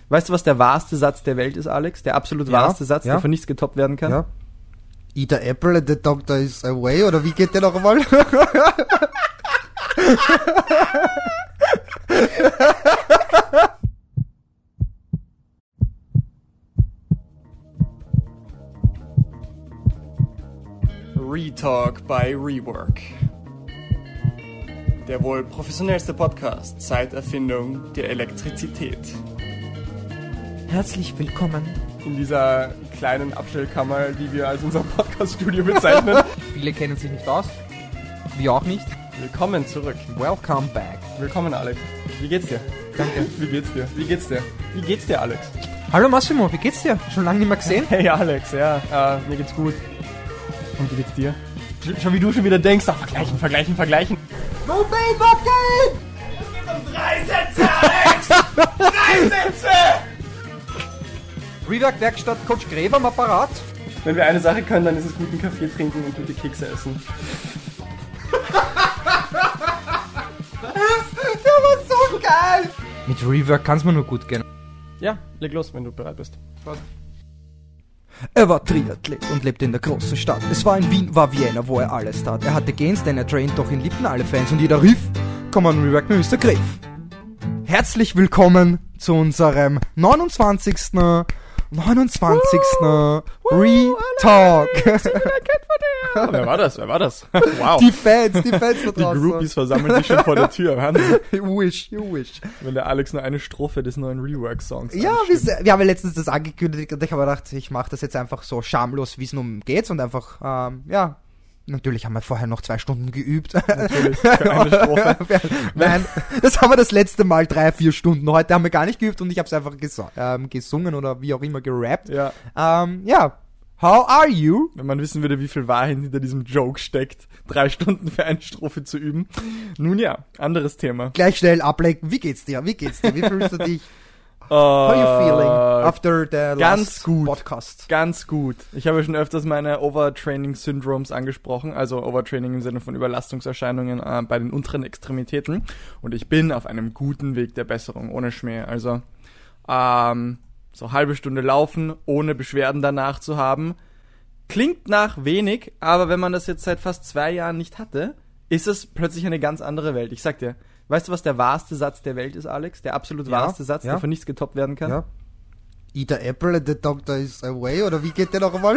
Weißt du, was der wahrste Satz der Welt ist, Alex? Der absolut wahrste Satz, der von nichts getoppt werden kann? Ja. Eat the apple and the doctor is away, oder wie geht der noch einmal? Retalk by Rework. Der wohl professionellste Podcast seit Erfindung der Elektrizität. Herzlich willkommen In dieser kleinen Abstellkammer, die wir als unser Podcast-Studio bezeichnen. Viele kennen sich nicht aus. Wir auch nicht. Willkommen zurück. Welcome back. Willkommen, Alex. Wie geht's dir? Danke. Wie geht's dir? Wie geht's dir? Wie geht's dir, Alex? Hallo Massimo, wie geht's dir? Schon lange nicht mehr gesehen? Hey Alex, mir geht's gut. Und wie geht's dir? Schon wie du schon wieder denkst, vergleichen. No pain, no gain! Es geht um 3 Sätze, Alex! 3 Sätze! Rework Werkstatt Coach Gräber am Apparat. Wenn wir eine Sache können, dann ist es guten Kaffee trinken und gute Kekse essen. Der war so geil! Mit Rework kann's mir nur gut gehen. Ja, leg los, wenn du bereit bist. Spaß. Er war Triathlet und lebte in der großen Stadt. Es war in Wien, war Vienna, wo er alles tat. Er hatte Gains, denn er traint, doch ihn liebten alle Fans. Und jeder rief, komm on Rework, Mr. Griff. Herzlich willkommen zu unserem 29. Retalk. Wer war das? Wow. Die Fans da Die draußen. Groupies versammeln sich schon vor der Tür. Wahnsinn. You wish. Wenn der Alex nur eine Strophe des neuen Rework-Songs Ja, anstimmt. wir haben ja letztens das angekündigt und ich habe gedacht, ich mache das jetzt einfach so schamlos, wie es nun geht und einfach, natürlich haben wir vorher noch 2 Stunden geübt. Natürlich, für eine Strophe. Nein, das haben wir das letzte Mal 3-4 Stunden. Heute haben wir gar nicht geübt und ich habe es einfach gesungen oder wie auch immer gerappt. Ja. How are you? Wenn man wissen würde, wie viel Wahrheit hinter diesem Joke steckt, 3 Stunden für eine Strophe zu üben. Nun ja, anderes Thema. Gleich schnell ablenken. Wie geht's dir? Wie fühlst du dich? How are you feeling after the ganz last gut. podcast? Ganz gut. Ich habe schon öfters meine Overtraining-Syndromes angesprochen, also Overtraining im Sinne von Überlastungserscheinungen bei den unteren Extremitäten. Und ich bin auf einem guten Weg der Besserung, ohne Schmäh. Also so halbe Stunde laufen, ohne Beschwerden danach zu haben. Klingt nach wenig, aber wenn man das jetzt seit fast 2 Jahren nicht hatte, ist es plötzlich eine ganz andere Welt. Ich sag dir, weißt du, was der wahrste Satz der Welt ist, Alex? Der absolut wahrste Satz, der von nichts getoppt werden kann? Ja. Eat the apple and the doctor is away, oder wie geht der noch einmal?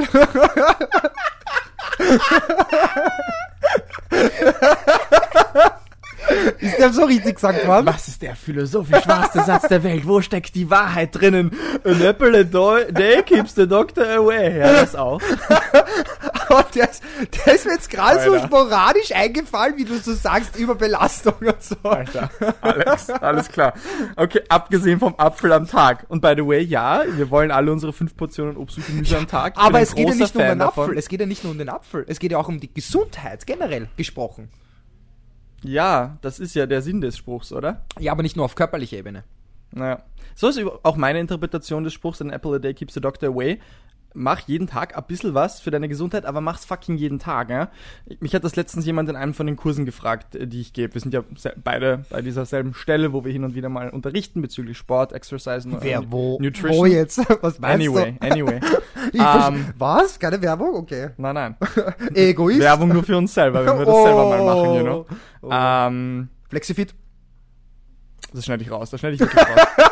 Ist der so richtig gesagt worden? Was ist der philosophisch wahrste Satz der Welt? Wo steckt die Wahrheit drinnen? An apple a day keeps the doctor away. Ja, das auch. Oh, der ist mir jetzt gerade so Alter. sporadisch eingefallen, wie du so sagst, über Belastung und so. Alter, Alex, alles klar. Okay, abgesehen vom Apfel am Tag. Und by the way, ja, wir wollen alle unsere 5 Portionen Obst und Gemüse am Tag. Ich Aber bin es ein geht ja großer nicht nur um Fan den davon. Apfel. Es geht ja nicht nur um den Apfel. Es geht ja auch um die Gesundheit, generell gesprochen. Ja, das ist ja der Sinn des Spruchs, oder? Ja, aber nicht nur auf körperlicher Ebene. Naja. So ist auch meine Interpretation des Spruchs, an apple a day keeps the doctor away. Mach jeden Tag ein bisschen was für deine Gesundheit, aber mach's fucking jeden Tag, ja? Mich hat das letztens jemand in einem von den Kursen gefragt, die ich gebe. Wir sind ja beide bei dieser selben Stelle, wo wir hin und wieder mal unterrichten bezüglich Sport, Exercise und Nutrition. Wo jetzt? Was meinst Anyway. Was? Keine Werbung? Okay. Nein. Egoist? Werbung nur für uns selber, wenn wir das selber mal machen, you know? Flexifit? Das schneide ich raus, wirklich raus.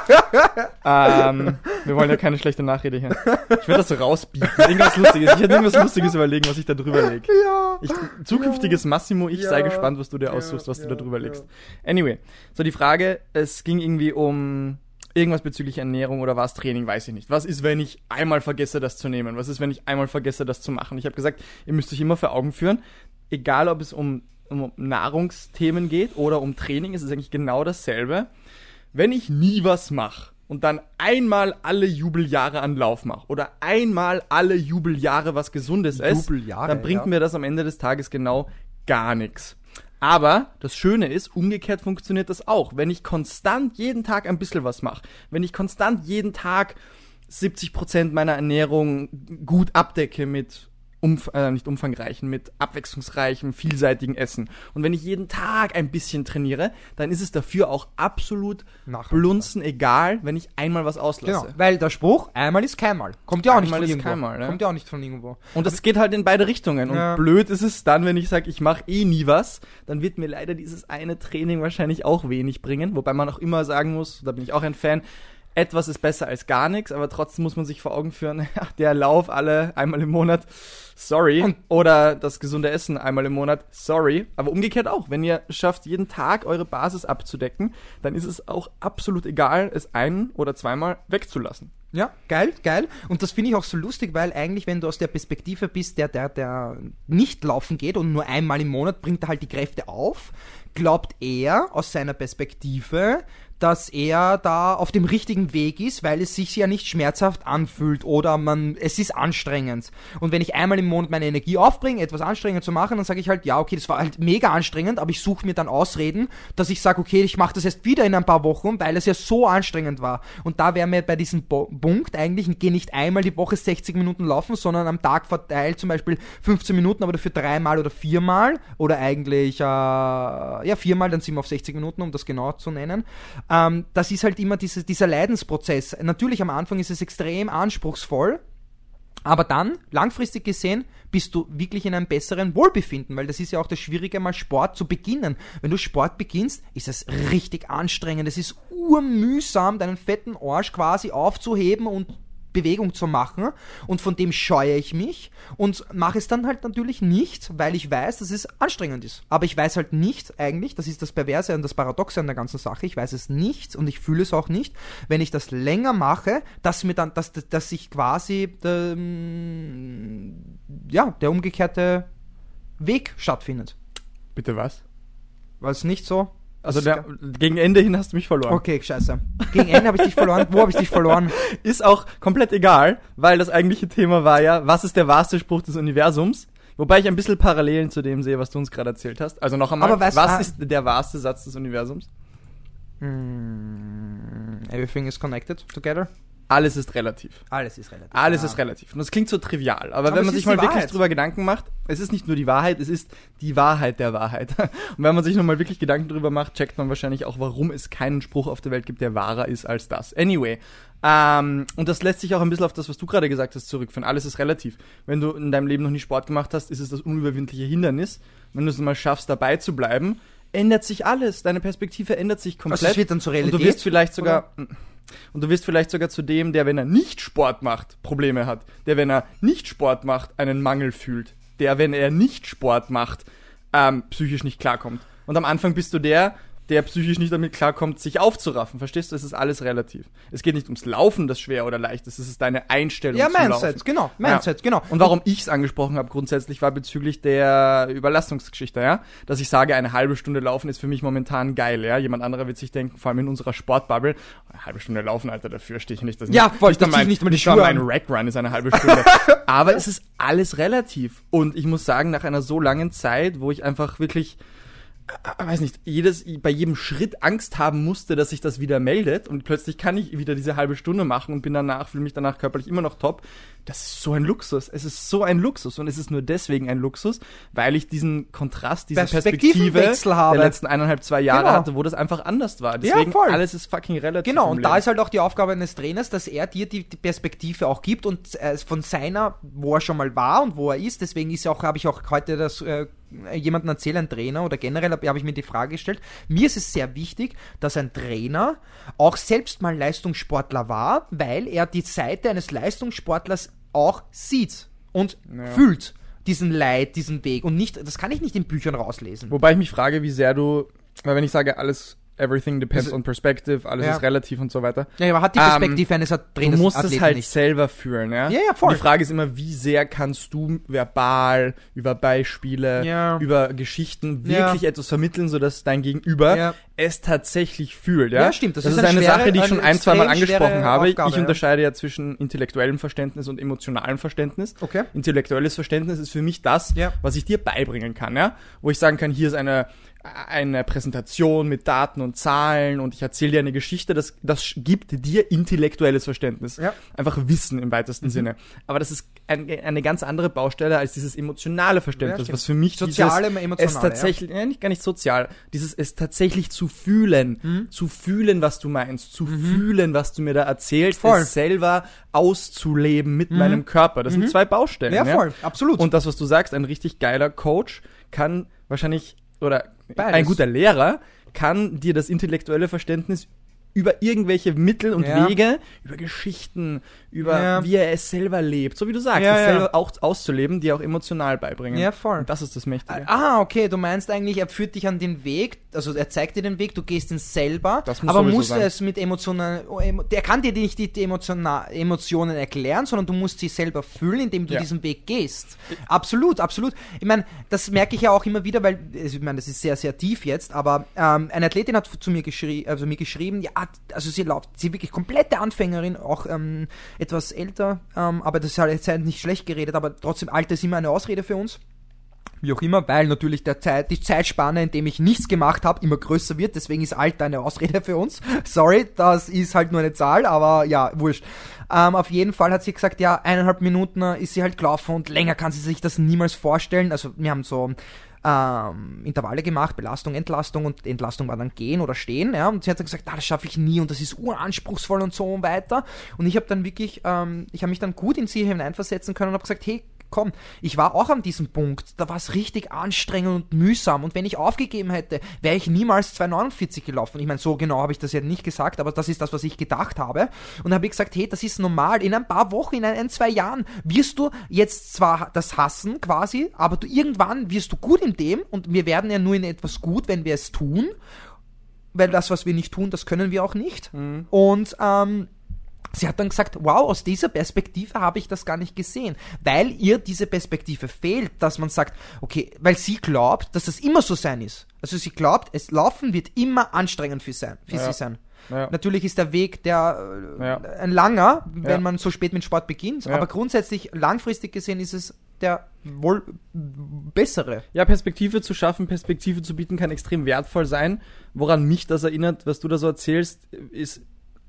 Wir wollen ja keine schlechte Nachrede hier. Ich werde das so rausbieten. Irgendwas Lustiges. Ich werde irgendwas Lustiges überlegen, was ich da drüber lege. Ja. Zukünftiges Massimo, ich Ja. sei gespannt, was du dir aussuchst, was du da drüber legst. Anyway, so die Frage, es ging irgendwie um irgendwas bezüglich Ernährung oder war es Training, weiß ich nicht. Was ist, wenn ich einmal vergesse, das zu nehmen? Was ist, wenn ich einmal vergesse, das zu machen? Ich habe gesagt, ihr müsst euch immer vor Augen führen, egal ob es um Nahrungsthemen geht oder um Training, ist es eigentlich genau dasselbe. Wenn ich nie was mache und dann einmal alle Jubeljahre einen Lauf mache oder einmal alle Jubeljahre was Gesundes esse, dann bringt mir das am Ende des Tages genau gar nichts. Aber das Schöne ist, umgekehrt funktioniert das auch. Wenn ich konstant jeden Tag ein bisschen was mache, wenn ich konstant jeden Tag 70% meiner Ernährung gut abdecke mit nicht umfangreichen, mit abwechslungsreichem, vielseitigen Essen. Und wenn ich jeden Tag ein bisschen trainiere, dann ist es dafür auch absolut blunzen egal, wenn ich einmal was auslasse. Genau, weil der Spruch, einmal ist keinmal. Kommt ja auch nicht Einmal von ist irgendwo. keinmal, ja. Kommt ja auch nicht von irgendwo. Und das geht halt in beide Richtungen. Und Ja. blöd ist es dann, wenn ich sage, ich mache nie was, dann wird mir leider dieses eine Training wahrscheinlich auch wenig bringen. Wobei man auch immer sagen muss, da bin ich auch ein Fan, etwas ist besser als gar nichts, aber trotzdem muss man sich vor Augen führen, ja, der Lauf einmal im Monat, sorry. Oder das gesunde Essen einmal im Monat, sorry. Aber umgekehrt auch, wenn ihr schafft, jeden Tag eure Basis abzudecken, dann ist es auch absolut egal, es ein- oder zweimal wegzulassen. Ja, geil. Und das finde ich auch so lustig, weil eigentlich, wenn du aus der Perspektive bist, der nicht laufen geht und nur einmal im Monat bringt er halt die Kräfte auf, glaubt er aus seiner Perspektive, dass er da auf dem richtigen Weg ist, weil es sich ja nicht schmerzhaft anfühlt oder es ist anstrengend. Und wenn ich einmal im Monat meine Energie aufbringe, etwas anstrengend zu machen, dann sage ich halt, ja, okay, das war halt mega anstrengend, aber ich suche mir dann Ausreden, dass ich sage, okay, ich mache das erst wieder in ein paar Wochen, weil es ja so anstrengend war. Und da wären wir bei diesem Punkt eigentlich, gehe nicht einmal die Woche 60 Minuten laufen, sondern am Tag verteilt zum Beispiel 15 Minuten, aber dafür 3-mal oder 4-mal oder eigentlich 4-mal, dann sind wir auf 60 Minuten, um das genau zu nennen. Das ist halt immer dieser Leidensprozess. Natürlich am Anfang ist es extrem anspruchsvoll, aber dann, langfristig gesehen, bist du wirklich in einem besseren Wohlbefinden, weil das ist ja auch das Schwierige, mal Sport zu beginnen. Wenn du Sport beginnst, ist es richtig anstrengend. Es ist urmühsam, deinen fetten Arsch quasi aufzuheben und Bewegung zu machen, und von dem scheue ich mich und mache es dann halt natürlich nicht, weil ich weiß, dass es anstrengend ist. Aber ich weiß halt nicht eigentlich, das ist das Perverse und das Paradoxe an der ganzen Sache, ich weiß es nicht und ich fühle es auch nicht, wenn ich das länger mache, dass sich quasi der umgekehrte Weg stattfindet. Bitte was? War es nicht so? Also gegen Ende hin hast du mich verloren. Okay, scheiße. Gegen Ende habe ich dich verloren. Wo habe ich dich verloren? Ist auch komplett egal, weil das eigentliche Thema war ja, was ist der wahrste Spruch des Universums? Wobei ich ein bisschen Parallelen zu dem sehe, was du uns gerade erzählt hast. Also noch einmal, was ist der wahrste Satz des Universums? Everything is connected together. Alles ist relativ. Alles ist relativ. Alles ist relativ. Und das klingt so trivial. Aber wenn es man sich ist mal die wirklich Wahrheit. drüber Gedanken macht, es ist nicht nur die Wahrheit, es ist die Wahrheit der Wahrheit. Und wenn man sich nochmal wirklich Gedanken drüber macht, checkt man wahrscheinlich auch, warum es keinen Spruch auf der Welt gibt, der wahrer ist als das. Anyway. Und das lässt sich auch ein bisschen auf das, was du gerade gesagt hast, zurückführen. Alles ist relativ. Wenn du in deinem Leben noch nie Sport gemacht hast, ist es das unüberwindliche Hindernis. Wenn du es mal schaffst, dabei zu bleiben, ändert sich alles. Deine Perspektive ändert sich komplett. Also es wird dann zur Realität. Und du wirst vielleicht sogar zu dem, der, wenn er nicht Sport macht, Probleme hat. Der, wenn er nicht Sport macht, einen Mangel fühlt. Der, wenn er nicht Sport macht, psychisch nicht klarkommt. Und am Anfang bist du der psychisch nicht damit klarkommt, sich aufzuraffen. Verstehst du? Es ist alles relativ. Es geht nicht ums Laufen, das schwer oder leicht ist. Es ist deine Einstellung zum Laufen. Mindset, genau. Und warum ich es angesprochen habe grundsätzlich, war bezüglich der Überlastungsgeschichte, ja. Dass ich sage, eine halbe Stunde Laufen ist für mich momentan geil, ja. Jemand anderer wird sich denken, vor allem in unserer Sportbubble, eine halbe Stunde Laufen, Alter, dafür stehe ich nicht. Das Ja, voll, das mein, nicht mal die nicht Schuhe mal mein an. Rack-Run ist eine halbe Stunde. Aber es ist alles relativ. Und ich muss sagen, nach einer so langen Zeit, wo ich einfach wirklich weiß nicht, bei jedem Schritt Angst haben musste, dass sich das wieder meldet und plötzlich kann ich wieder diese halbe Stunde machen und fühle mich danach körperlich immer noch top. Das ist so ein Luxus. Es ist so ein Luxus und es ist nur deswegen ein Luxus, weil ich diesen Kontrast, diese Perspektive der letzten 1,5-2 Jahre hatte, wo das einfach anders war. Deswegen, alles ist fucking relativ. Genau, und da ist halt auch die Aufgabe eines Trainers, dass er dir die Perspektive auch gibt und von seiner, wo er schon mal war und wo er ist, deswegen habe ich auch heute das jemanden erzählt, ein Trainer oder generell habe ich mir die Frage gestellt, mir ist es sehr wichtig, dass ein Trainer auch selbst mal Leistungssportler war, weil er die Seite eines Leistungssportlers auch sieht und fühlt diesen Leid, diesen Weg und nicht, das kann ich nicht in Büchern rauslesen. Wobei ich mich frage, wie sehr weil wenn ich sage, everything depends on perspective, alles ist relativ und so weiter. Ja, aber hat die Perspektive eines Trainers. Du musst es halt nicht selber fühlen, ja? Ja, voll. Und die Frage ist immer, wie sehr kannst du verbal, über Beispiele, über Geschichten wirklich etwas vermitteln, sodass dein Gegenüber es tatsächlich fühlt. Ja, Ja, stimmt. Das ist eine Sache, die ich schon ein, zwei Mal extrem schwere angesprochen habe. Aufgabe, Ich unterscheide ja zwischen intellektuellem Verständnis und emotionalem Verständnis. Okay. Intellektuelles Verständnis ist für mich das, Ja. was ich dir beibringen kann. Ja? Wo ich sagen kann, hier ist eine Präsentation mit Daten und Zahlen und ich erzähle dir eine Geschichte, das gibt dir intellektuelles Verständnis. Ja. Einfach Wissen im weitesten Sinne. Aber das ist eine ganz andere Baustelle als dieses emotionale Verständnis, Ja, was für mich Soziale, dieses, emotionale, es tatsächlich, gar nicht sozial, dieses es tatsächlich zu fühlen, was du meinst, zu fühlen, was du mir da erzählst, Voll. es selber auszuleben mit meinem Körper. Das sind zwei Baustellen. Ja, voll, absolut. Und das, was du sagst, ein richtig geiler Coach kann wahrscheinlich, oder Beides. ein guter Lehrer kann dir das intellektuelle Verständnis über irgendwelche Mittel und Ja. Wege, über Geschichten, über Ja. wie er es selber lebt, so wie du sagst, Ja, es ja. selber auch auszuleben, dir auch emotional beibringen. Ja, voll. Und das ist das Mächtige. Ah, okay, du meinst eigentlich, er führt dich an den Weg, also er zeigt dir den Weg, du gehst ihn selber, Das muss aber sowieso musst du sein. es mit der kann dir nicht die Emotionen erklären, sondern du musst sie selber fühlen, indem du Ja. diesen Weg gehst. Absolut, absolut. Ich meine, das merke ich ja auch immer wieder, weil, ich meine, das ist sehr, sehr tief jetzt, aber eine Athletin hat zu mir geschrieben, ja, also sie ist wirklich komplette Anfängerin, auch etwas älter, aber das ist halt jetzt nicht schlecht geredet, aber trotzdem, Alter ist immer eine Ausrede für uns. Wie auch immer, weil natürlich die Zeitspanne, in dem ich nichts gemacht habe, immer größer wird, deswegen ist Alter eine Ausrede für uns. Sorry, das ist halt nur eine Zahl, aber ja, wurscht. Auf jeden Fall hat sie gesagt, ja, 1,5 Minuten ist sie halt gelaufen und länger kann sie sich das niemals vorstellen. Also wir haben so Intervalle gemacht, Belastung, Entlastung und Entlastung war dann gehen oder stehen, ja, und sie hat dann gesagt, das schaffe ich nie und das ist uranspruchsvoll und so und weiter und ich habe dann wirklich, ich habe mich dann gut in sie hineinversetzen können und habe gesagt, hey, komm, ich war auch an diesem Punkt, da war es richtig anstrengend und mühsam und wenn ich aufgegeben hätte, wäre ich niemals 2,49 gelaufen. Ich meine, so genau habe ich das ja nicht gesagt, aber das ist das, was ich gedacht habe und habe ich gesagt, hey, das ist normal, in ein paar Wochen, in 1-2 Jahren wirst du jetzt zwar das hassen quasi, aber irgendwann wirst du gut in dem und wir werden ja nur in etwas gut, wenn wir es tun, weil das, was wir nicht tun, das können wir auch nicht und sie hat dann gesagt, wow, aus dieser Perspektive habe ich das gar nicht gesehen, weil ihr diese Perspektive fehlt, dass man sagt, okay, weil sie glaubt, dass das immer so sein ist. Also sie glaubt, es Laufen wird immer anstrengend für sie sein. Ja. Natürlich ist der Weg ein langer, wenn man so spät mit Sport beginnt, aber grundsätzlich langfristig gesehen ist es der wohl bessere. Ja, Perspektive zu schaffen, Perspektive zu bieten, kann extrem wertvoll sein. Woran mich das erinnert, was du da so erzählst, ist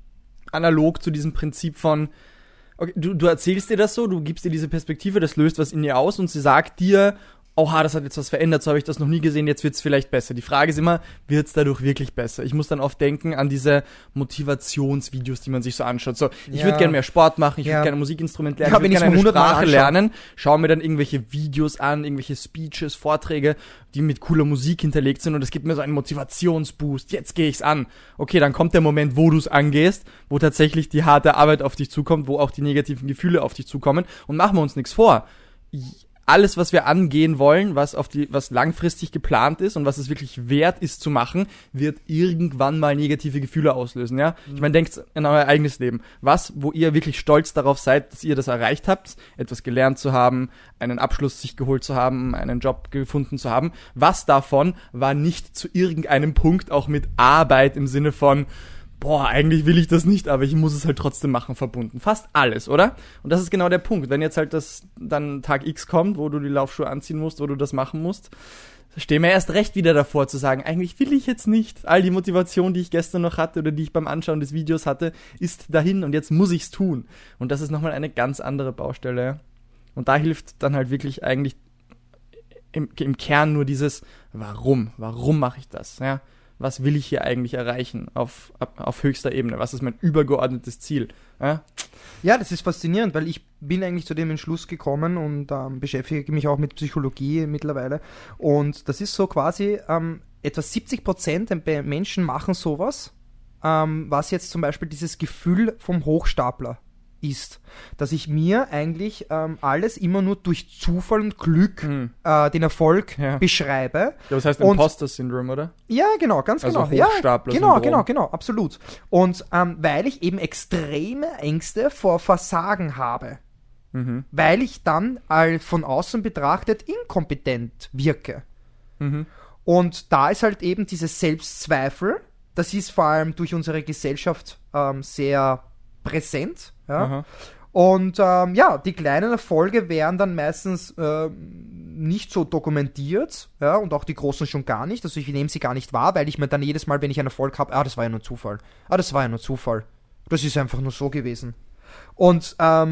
analog zu diesem Prinzip von, okay, du erzählst dir das so, du gibst dir diese Perspektive, das löst was in ihr aus und sie sagt dir, oha, das hat jetzt was verändert, so habe ich das noch nie gesehen, jetzt wird's vielleicht besser. Die Frage ist immer, wird's dadurch wirklich besser? Ich muss dann oft denken an diese Motivationsvideos, die man sich so anschaut. So, ich würde gerne mehr Sport machen, ich würde gerne ein Musikinstrument lernen, Ja, ich wenn würde gerne ich's eine mal 100 Mal Sprache anschaue. lernen, schaue mir dann irgendwelche Videos an, irgendwelche Speeches, Vorträge, die mit cooler Musik hinterlegt sind und es gibt mir so einen Motivationsboost, jetzt gehe ich's an. Okay, dann kommt der Moment, wo du's angehst, wo tatsächlich die harte Arbeit auf dich zukommt, wo auch die negativen Gefühle auf dich zukommen und machen wir uns nichts vor. Alles, was wir angehen wollen, was langfristig geplant ist und was es wirklich wert ist zu machen, wird irgendwann mal negative Gefühle auslösen, ja? Ich meine, denkt an euer eigenes Leben. Wo ihr wirklich stolz darauf seid, dass ihr das erreicht habt, etwas gelernt zu haben, einen Abschluss sich geholt zu haben, einen Job gefunden zu haben, was davon war nicht zu irgendeinem Punkt auch mit Arbeit im Sinne von boah, eigentlich will ich das nicht, aber ich muss es halt trotzdem machen, verbunden. Fast alles, oder? Und das ist genau der Punkt. Wenn jetzt halt dann Tag X kommt, wo du die Laufschuhe anziehen musst, wo du das machen musst, stehen wir erst recht wieder davor zu sagen, eigentlich will ich jetzt nicht. All die Motivation, die ich gestern noch hatte oder die ich beim Anschauen des Videos hatte, ist dahin und jetzt muss ich's tun. Und das ist nochmal eine ganz andere Baustelle. Und da hilft dann halt wirklich eigentlich im Kern nur dieses Warum? Warum mache ich das? Ja? Was will ich hier eigentlich erreichen auf höchster Ebene? Was ist mein übergeordnetes Ziel? Ja, das ist faszinierend, weil ich bin eigentlich zu dem Entschluss gekommen und beschäftige mich auch mit Psychologie mittlerweile. Und das ist so quasi, etwa 70% der Menschen machen sowas, was jetzt zum Beispiel dieses Gefühl vom Hochstapler ist, dass ich mir eigentlich alles immer nur durch Zufall und Glück den Erfolg beschreibe. Ja, das heißt Imposter-Syndrom, oder? Ja, genau, ganz also genau. Hochstapler-Syndrom. Ja, genau, absolut. Und weil ich eben extreme Ängste vor Versagen habe, weil ich dann von außen betrachtet inkompetent wirke. Und da ist halt eben dieses Selbstzweifel, das ist vor allem durch unsere Gesellschaft sehr präsent. Ja? Aha. Und die kleinen Erfolge werden dann meistens nicht so dokumentiert, ja, und auch die großen schon gar nicht. Also ich nehme sie gar nicht wahr, weil ich mir dann jedes Mal, wenn ich einen Erfolg habe, das war ja nur Zufall. Das war ja nur Zufall. Das ist einfach nur so gewesen. Und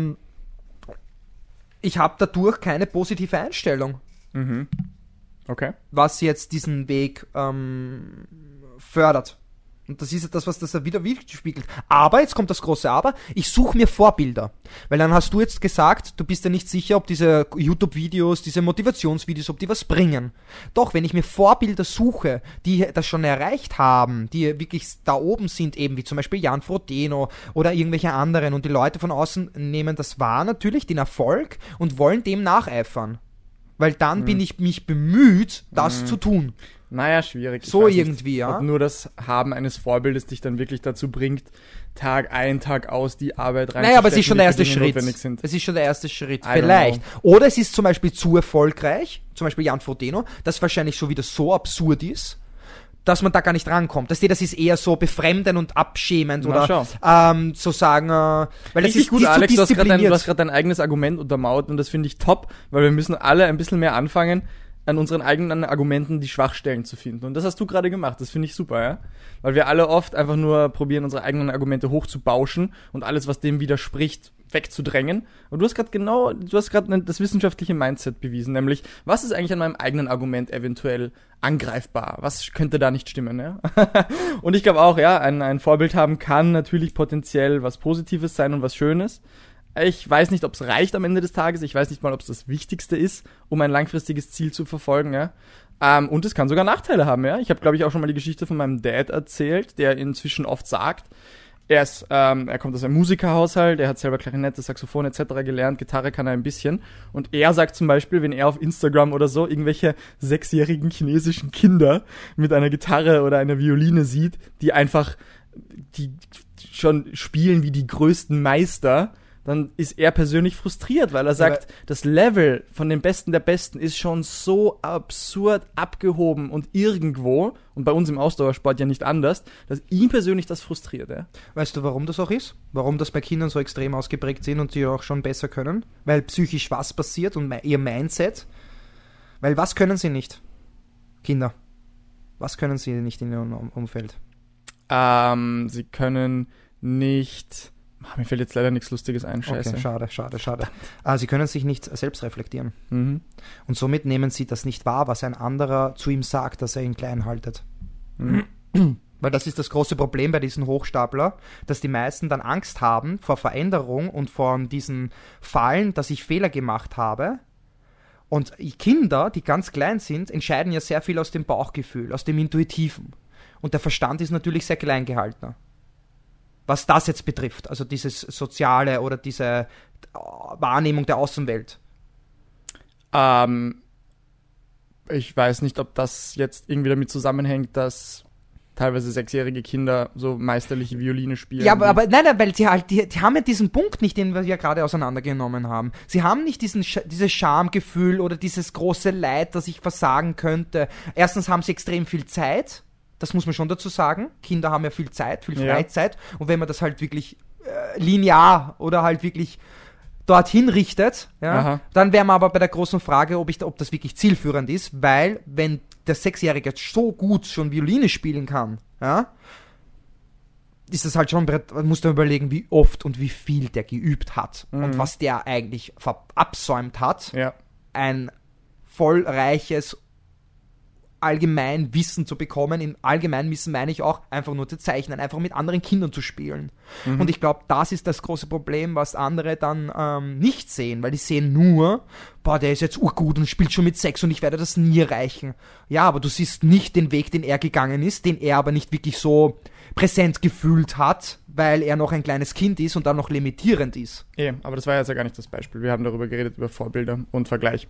ich habe dadurch keine positive Einstellung, Okay. was jetzt diesen Weg fördert. Und das ist ja das, was das wieder widerspiegelt. Aber, jetzt kommt das große Aber, ich suche mir Vorbilder. Weil dann hast du jetzt gesagt, du bist ja nicht sicher, ob diese YouTube-Videos, diese Motivationsvideos, ob die was bringen. Doch, wenn ich mir Vorbilder suche, die das schon erreicht haben, die wirklich da oben sind, eben wie zum Beispiel Jan Frodeno oder irgendwelche anderen, und die Leute von außen nehmen das wahr natürlich, den Erfolg, und wollen dem nacheifern. Weil dann bin ich mich bemüht, das zu tun. Naja, schwierig. Ich So weiß nicht, irgendwie, ja. Ob nur das Haben eines Vorbildes dich dann wirklich dazu bringt, Tag ein, Tag aus die Arbeit reinzustecken. Naja, aber es ist schon die der für erste Dinge Schritt. notwendig sind. Es ist schon der erste Schritt, I don't vielleicht. know. Oder es ist zum Beispiel zu erfolgreich, zum Beispiel Jan Frodeno, das wahrscheinlich schon wieder so absurd ist, dass man da gar nicht rankommt. Das ist eher so befremdend und abschämend Na, oder so sagen, weil das Richtig ist gut, zu Alex, du hast diszipliniert. gerade dein eigenes Argument untermauert und das finde ich top, weil wir müssen alle ein bisschen mehr anfangen, an unseren eigenen Argumenten die Schwachstellen zu finden. Und das hast du gerade gemacht, das finde ich super, ja? Weil wir alle oft einfach nur probieren, unsere eigenen Argumente hochzubauschen und alles, was dem widerspricht, wegzudrängen. Und du hast gerade das wissenschaftliche Mindset bewiesen, nämlich, was ist eigentlich an meinem eigenen Argument eventuell angreifbar? Was könnte da nicht stimmen, ja? Und ich glaube auch, ja, ein Vorbild haben kann natürlich potenziell was Positives sein und was Schönes. Ich weiß nicht, ob es reicht am Ende des Tages. Ich weiß nicht mal, ob es das Wichtigste ist, um ein langfristiges Ziel zu verfolgen, ja. Und es kann sogar Nachteile haben, ja. Ich habe, glaube ich, auch schon mal die Geschichte von meinem Dad erzählt, der inzwischen oft sagt, er kommt aus einem Musikerhaushalt, er hat selber Klarinette, Saxophon etc. gelernt, Gitarre kann er ein bisschen. Und er sagt zum Beispiel, wenn er auf Instagram oder so irgendwelche 6-jährigen chinesischen Kinder mit einer Gitarre oder einer Violine sieht, die schon spielen wie die größten Meister, dann ist er persönlich frustriert, weil er sagt, das Level von den Besten der Besten ist schon so absurd abgehoben und irgendwo, und bei uns im Ausdauersport ja nicht anders, dass ihn persönlich das frustriert. Ja? Weißt du, warum das auch ist? Warum das bei Kindern so extrem ausgeprägt sind und sie auch schon besser können? Weil psychisch was passiert und ihr Mindset. Weil was können sie nicht? Kinder. Was können sie nicht in ihrem Umfeld? Sie können nicht... Mir fällt jetzt leider nichts Lustiges ein, scheiße. Okay, schade. Sie können sich nicht selbst reflektieren. Mhm. Und somit nehmen sie das nicht wahr, was ein anderer zu ihm sagt, dass er ihn klein haltet. Mhm. Weil das ist das große Problem bei diesen Hochstapler, dass die meisten dann Angst haben vor Veränderung und vor diesen Fallen, dass ich Fehler gemacht habe. Und Kinder, die ganz klein sind, entscheiden ja sehr viel aus dem Bauchgefühl, aus dem Intuitiven. Und der Verstand ist natürlich sehr klein gehaltener. Was das jetzt betrifft, also dieses Soziale oder diese Wahrnehmung der Außenwelt. Ich weiß nicht, ob das jetzt irgendwie damit zusammenhängt, dass teilweise 6-jährige Kinder so meisterliche Violine spielen. Ja, aber nein, weil die haben ja diesen Punkt nicht, den wir ja gerade auseinandergenommen haben. Sie haben nicht dieses Schamgefühl oder dieses große Leid, dass ich versagen könnte. Erstens haben sie extrem viel Zeit. Das muss man schon dazu sagen. Kinder haben ja viel Zeit, viel Freizeit. Ja. Und wenn man das halt wirklich linear oder halt wirklich dorthin richtet, ja, dann wären wir aber bei der großen Frage, ob das wirklich zielführend ist, weil wenn der 6-Jährige so gut schon Violine spielen kann, ja, ist das halt schon, man muss da überlegen, wie oft und wie viel der geübt hat und was der eigentlich verabsäumt hat, ein vollreiches Allgemeinwissen zu bekommen. In Allgemeinwissen meine ich auch, einfach nur zu zeichnen, einfach mit anderen Kindern zu spielen. Und ich glaube, das ist das große Problem, was andere dann nicht sehen, weil die sehen nur, der ist jetzt urgut und spielt schon mit 6 und ich werde das nie erreichen. Ja, aber du siehst nicht den Weg, den er gegangen ist, den er aber nicht wirklich so präsent gefühlt hat, weil er noch ein kleines Kind ist und dann noch limitierend ist. Aber das war jetzt ja gar nicht das Beispiel. Wir haben darüber geredet, über Vorbilder und Vergleich.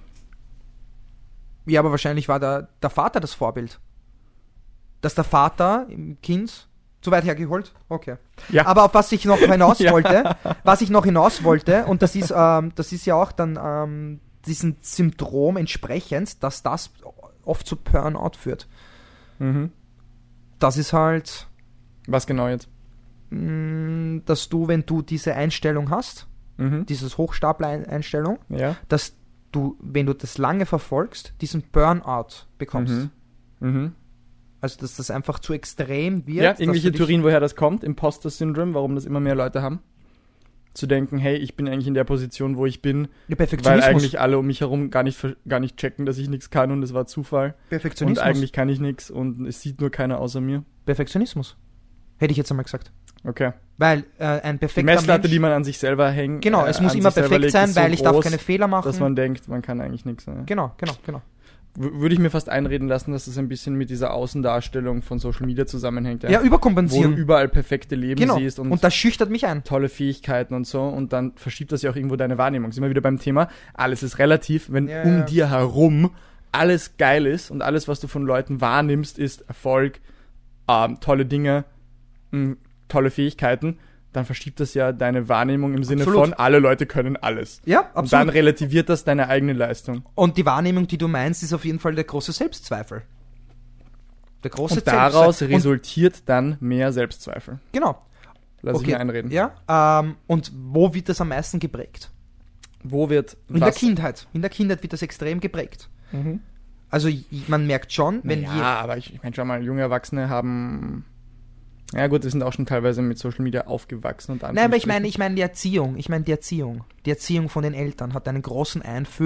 Ja, aber wahrscheinlich war der Vater das Vorbild. Dass der Vater im Kind zu weit hergeholt? Okay. Ja. Aber auf was ich noch hinaus wollte, und das ist ja auch dann diesem Syndrom entsprechend, dass das oft zu Burnout führt. Mhm. Das ist halt, Was genau jetzt? dass du, wenn du diese Einstellung hast, Mhm. dieses Hochstapler-Einstellung, Ja. dass du, wenn du das lange verfolgst, diesen Burnout bekommst. Mhm. Mhm. Also, dass das einfach zu extrem wird. Ja, dass irgendwelche du dich- Theorien, woher das kommt, Imposter-Syndrom, warum das immer mehr Leute haben. Zu denken, hey, ich bin eigentlich in der Position, wo ich bin, Ja, weil Perfektionismus. eigentlich alle um mich herum gar nicht checken, dass ich nichts kann und es war Zufall. Und Perfektionismus. eigentlich kann ich nichts und es sieht nur keiner außer mir. Perfektionismus. Hätte ich jetzt einmal gesagt. Okay. Weil ein Die perfekter Messlatte, Mensch, die man an sich selber hängt. genau, es muss immer perfekt sein, weil ich darf keine Fehler machen. Dass man denkt, man kann eigentlich nichts. Ne? Genau. Würde ich mir fast einreden lassen, dass es ein bisschen mit dieser Außendarstellung von Social Media zusammenhängt. Ja, Wo du überkompensieren. überall perfekte Leben Genau. siehst Und das schüchtert mich ein. tolle Fähigkeiten und so und dann verschiebt das ja auch irgendwo deine Wahrnehmung. Sind wir wieder beim Thema, alles ist relativ, wenn Ja, um ja. dir herum alles geil ist und alles, was du von Leuten wahrnimmst, ist Erfolg, tolle Dinge, tolle Fähigkeiten, dann verschiebt das ja deine Wahrnehmung im Sinne Absolut. von, alle Leute können alles. Ja, Und dann absolut. relativiert das deine eigene Leistung. Und die Wahrnehmung, die du meinst, ist auf jeden Fall der große Selbstzweifel. Der große Und daraus Selbstzweifel. resultiert dann mehr Selbstzweifel. Genau. Lass ich mir einreden. Ja, und wo wird das am meisten geprägt? Wo wird In was? der Kindheit. In der Kindheit wird das extrem geprägt. Mhm. Also man merkt schon, wenn ja, aber ich meine schon mal, junge Erwachsene haben... Ja gut, die sind auch schon teilweise mit Social Media aufgewachsen. Und Nein, aber ich meine die Erziehung. Die Erziehung von den Eltern hat einen großen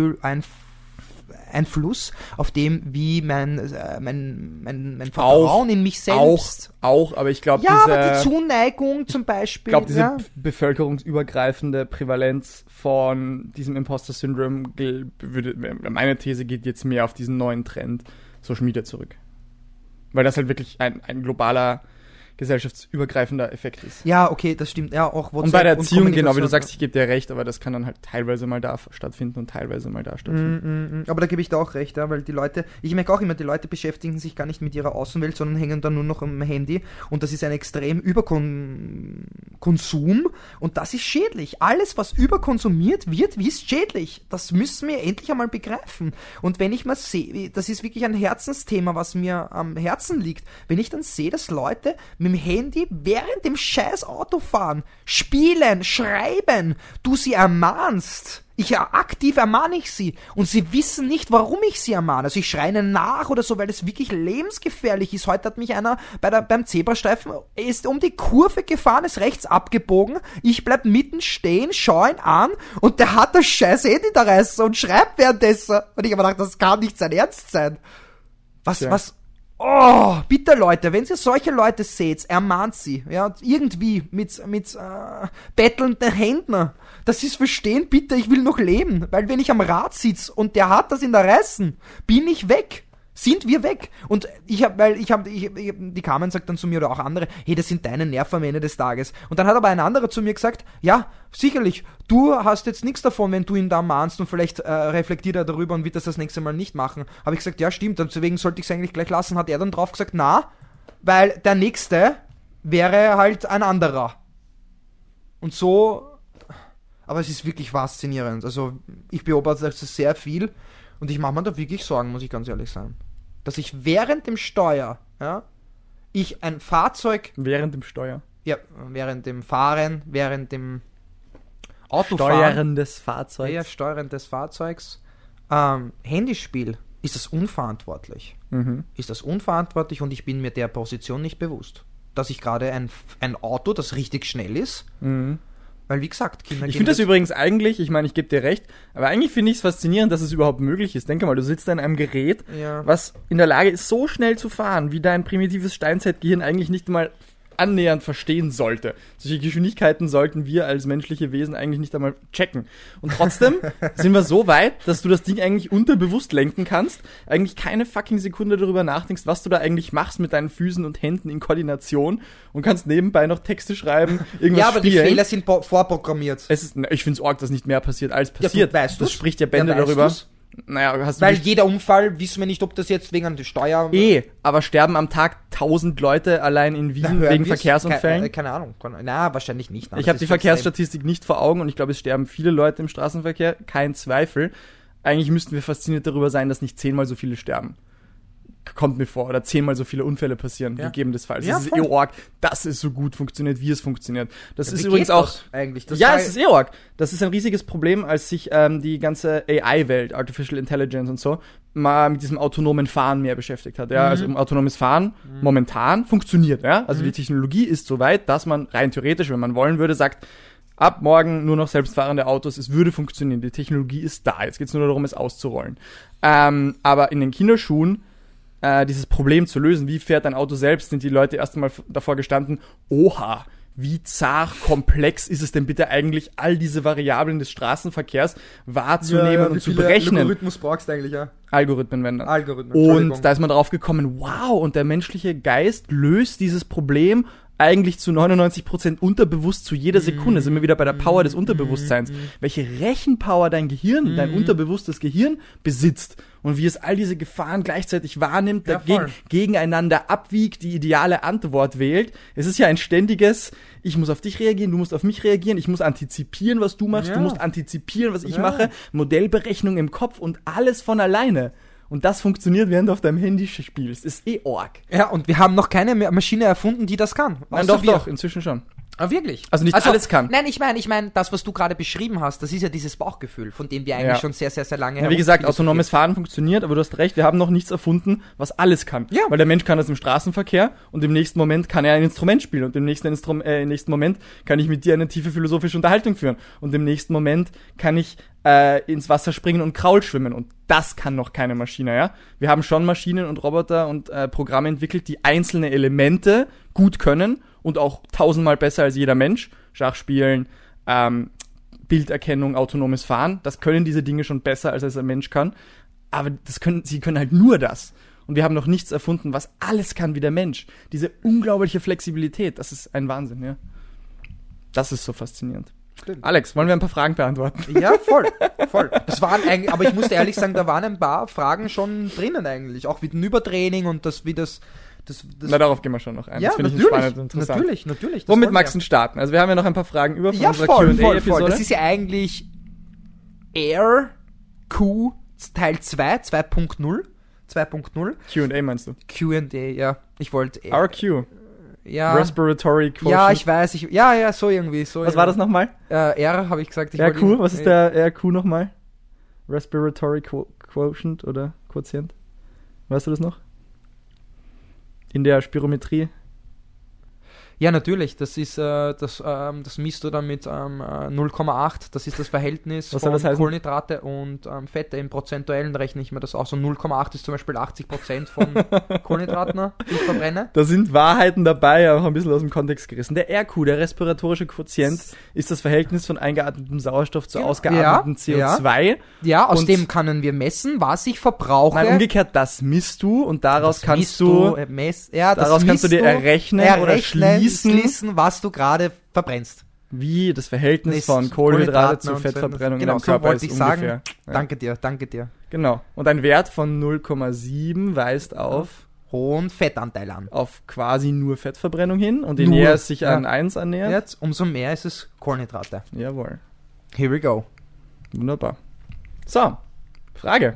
Einfluss auf dem, wie mein Vertrauen in mich selbst. Auch, aber ich glaube, Ja, aber die Zuneigung zum Beispiel. ich glaube, diese ja. bevölkerungsübergreifende Prävalenz von diesem Imposter-Syndrom, meine These geht jetzt mehr auf diesen neuen Trend Social Media zurück. Weil das halt wirklich ein globaler, gesellschaftsübergreifender Effekt ist. Ja, okay, das stimmt. Ja, auch WhatsApp Und bei der Erziehung, genau, wie du Kommunikation. sagst, ich gebe dir recht, aber das kann dann halt teilweise mal da stattfinden und teilweise mal da stattfinden. Aber da gebe ich dir auch recht, ja, weil die Leute, ich merke auch immer, die Leute beschäftigen sich gar nicht mit ihrer Außenwelt, sondern hängen dann nur noch am Handy und das ist ein extrem Überkonsum und das ist schädlich. Alles, was überkonsumiert wird, ist schädlich. Das müssen wir endlich einmal begreifen. Und wenn ich mal sehe, das ist wirklich ein Herzensthema, was mir am Herzen liegt, wenn ich dann sehe, dass Leute mit dem Handy während dem scheiß Autofahren spielen, schreiben, du sie ermahnst. Aktiv ermahne ich sie und sie wissen nicht, warum ich sie ermahne. Also ich schreie ihnen nach oder so, weil es wirklich lebensgefährlich ist. Heute hat mich einer beim Zebrastreifen, ist um die Kurve gefahren, ist rechts abgebogen. Ich bleib mitten stehen, schau ihn an und der hat das scheiß Handy da reißen und schreibt währenddessen. Und ich habe gedacht, das kann nicht sein Ernst sein. Was? Oh, bitte Leute, wenn ihr solche Leute seht, ermahnt sie, ja, irgendwie mit bettelnden Händen. Das ist verstehen, bitte, ich will noch leben, weil wenn ich am Rad sitze und der hat das in der Reißen, bin ich weg. Sind wir weg. Und die Carmen sagt dann zu mir oder auch andere, hey, das sind deine Nerven am Ende des Tages. Und dann hat aber ein anderer zu mir gesagt, ja, sicherlich, du hast jetzt nichts davon, wenn du ihn da mahnst und vielleicht reflektiert er darüber und wird das nächste Mal nicht machen. Habe ich gesagt, ja, stimmt, deswegen sollte ich es eigentlich gleich lassen. Hat er dann drauf gesagt, na, weil der Nächste wäre halt ein anderer. Und so, aber es ist wirklich faszinierend. Also ich beobachte das sehr viel. Und ich mache mir da wirklich Sorgen, muss ich ganz ehrlich sagen. Dass ich während dem Steuer, ja, ich ein Fahrzeug, Während dem Steuer. ja, während dem Fahren, während dem Autofahren, Steuern des Fahrzeugs. ja, Steuern des Fahrzeugs, Handyspiel, ist das unverantwortlich. Mhm. Ist das unverantwortlich und ich bin mir der Position nicht bewusst. Dass ich gerade ein Auto, das richtig schnell ist, Mhm. weil wie gesagt, Kinder Ich gehen finde das jetzt- übrigens eigentlich, ich meine, ich gebe dir recht, aber eigentlich finde ich es faszinierend, dass es überhaupt möglich ist. Denke mal, du sitzt da in einem Gerät, Ja. was in der Lage ist, so schnell zu fahren, wie dein primitives Steinzeitgehirn eigentlich nicht mal annähernd verstehen sollte. Solche Geschwindigkeiten sollten wir als menschliche Wesen eigentlich nicht einmal checken. Und trotzdem sind wir so weit, dass du das Ding eigentlich unterbewusst lenken kannst, eigentlich keine fucking Sekunde darüber nachdenkst, was du da eigentlich machst mit deinen Füßen und Händen in Koordination und kannst nebenbei noch Texte schreiben, irgendwas Ja, aber die spielen. Fehler sind vorprogrammiert. Ich finde es arg, dass nicht mehr passiert als Ja, passiert. du weißt das du's? spricht ja Bände Ja, weißt darüber. du's? Naja, hast du Weil nicht- jeder Unfall, wissen wir nicht, ob das jetzt wegen der Steuer... aber sterben am Tag 1000 Leute allein in Wien hören wegen wir's? Verkehrsunfällen? Keine Ahnung. Na, wahrscheinlich nicht. Na, Ich das habe ist die zu extrem. Verkehrsstatistik nicht vor Augen und ich glaube, es sterben viele Leute im Straßenverkehr, kein Zweifel. Eigentlich müssten wir fasziniert darüber sein, dass nicht 10-mal so viele sterben. kommt mir vor, oder 10-mal so viele Unfälle passieren, gegebenenfalls. Ja, das ist arg, dass es so gut funktioniert, wie es funktioniert. Das ist wie übrigens geht auch... das eigentlich? Das Ja, war- es ist arg. Das ist ein riesiges Problem, als sich die ganze AI-Welt, Artificial Intelligence und so, mal mit diesem autonomen Fahren mehr beschäftigt hat. Ja, also autonomes Fahren momentan funktioniert. Ja, also die Technologie ist so weit, dass man rein theoretisch, wenn man wollen würde, sagt, ab morgen nur noch selbstfahrende Autos, es würde funktionieren. Die Technologie ist da. Jetzt geht es nur darum, es auszurollen. Aber in den Kinderschuhen dieses Problem zu lösen, wie fährt ein Auto selbst, sind die Leute erst einmal davor gestanden, oha, wie zart komplex ist es denn bitte eigentlich, all diese Variablen des Straßenverkehrs wahrzunehmen und zu berechnen. Algorithmus brauchst du eigentlich, ja. Algorithmen, wenn dann. Algorithmen, Entschuldigung. Und da ist man drauf gekommen, wow, und der menschliche Geist löst dieses Problem eigentlich zu 99% unterbewusst zu jeder Sekunde. Sind wir wieder bei der Power des Unterbewusstseins. Welche Rechenpower dein Gehirn, dein unterbewusstes Gehirn besitzt und wie es all diese Gefahren gleichzeitig wahrnimmt, Ja, dagegen, voll. gegeneinander abwiegt, die ideale Antwort wählt. Es ist ja ein ständiges, ich muss auf dich reagieren, du musst auf mich reagieren, ich muss antizipieren, was du machst, Ja. du musst antizipieren, was ich Ja. mache, Modellberechnung im Kopf und alles von alleine. Und das funktioniert, während du auf deinem Handy spielst. Ist arg. Ja, und wir haben noch keine Maschine erfunden, die das kann. Nein, Außer doch, wir. doch, inzwischen schon. Ah, wirklich? Also nicht alles kann. Nein, ich meine, das, was du gerade beschrieben hast, das ist ja dieses Bauchgefühl, von dem wir eigentlich Ja. schon sehr, sehr, sehr lange Ja, wie gesagt, herumphilosophieren. autonomes Fahren funktioniert, aber du hast recht, wir haben noch nichts erfunden, was alles kann. Ja. Weil der Mensch kann das im Straßenverkehr und im nächsten Moment kann er ein Instrument spielen und im nächsten Moment kann ich mit dir eine tiefe philosophische Unterhaltung führen und im nächsten Moment kann ich ins Wasser springen und Kraul schwimmen und das kann noch keine Maschine, ja. Wir haben schon Maschinen und Roboter und Programme entwickelt, die einzelne Elemente gut können und auch 1000-mal besser als jeder Mensch. Schachspielen, Bilderkennung, autonomes Fahren, das können diese Dinge schon besser, als es ein Mensch kann. Aber sie können halt nur das. Und wir haben noch nichts erfunden, was alles kann wie der Mensch. Diese unglaubliche Flexibilität, das ist ein Wahnsinn, ja. Das ist so faszinierend. Stimmt. Alex, wollen wir ein paar Fragen beantworten? Ja, voll. Das waren eigentlich, aber ich musste ehrlich sagen, da waren ein paar Fragen schon drinnen eigentlich. Auch mit dem Übertraining und das, wie das Na, darauf gehen wir schon noch ein. ja, das finde ich natürlich, spannend und interessant. natürlich. das Womit wollen magst wir. du starten? Also wir haben ja noch ein paar Fragen über von Ja, unserer voll. Q&A-Episode. Das ist ja eigentlich Air Q Teil 2, 2.0. Q&A meinst du? Q&A, ja. Ich wollte RQ, ja. Respiratory Quotient. Ja, ich weiß, ja, so irgendwie. Was war das nochmal? R habe ich gesagt. Ich wollte RQ, was ist der RQ nochmal? Respiratory Quotient oder Quotient? Weißt du das noch? In der Spirometrie? Ja, natürlich. Das ist, das misst du dann mit 0,8. Das ist das Verhältnis Was soll von das heißen? Kohlenhydrate und Fette. Im Prozentuellen rechne ich mir das auch. So 0,8 ist zum Beispiel 80% von Kohlenhydraten, die ich verbrenne. Da sind Wahrheiten dabei, auch ein bisschen aus dem Kontext gerissen. Der RQ, der respiratorische Quotient, ist das Verhältnis von eingeatmetem Sauerstoff zu Ja. ausgeatmetem CO2. Ja, aus Und- dem können wir messen, was ich verbrauche. Nein, umgekehrt, das misst du und daraus Das kannst misst du das daraus kannst du misst dir errechnen oder schließen, was du gerade verbrennst. wie das Verhältnis Ist von Kohlenhydrate zu und so. Fettverbrennung Genau, in so deinem Körper wollte ist ich sagen. ungefähr. Ja. Danke dir. Genau. Und ein Wert von 0,7 weist auf Hohen Fettanteil an. quasi nur Fettverbrennung hin und je Nur, näher es sich ja. an 1 annähert. Jetzt, umso mehr ist es Kohlenhydrate. Jawohl. Here we go. Wunderbar. So, Frage.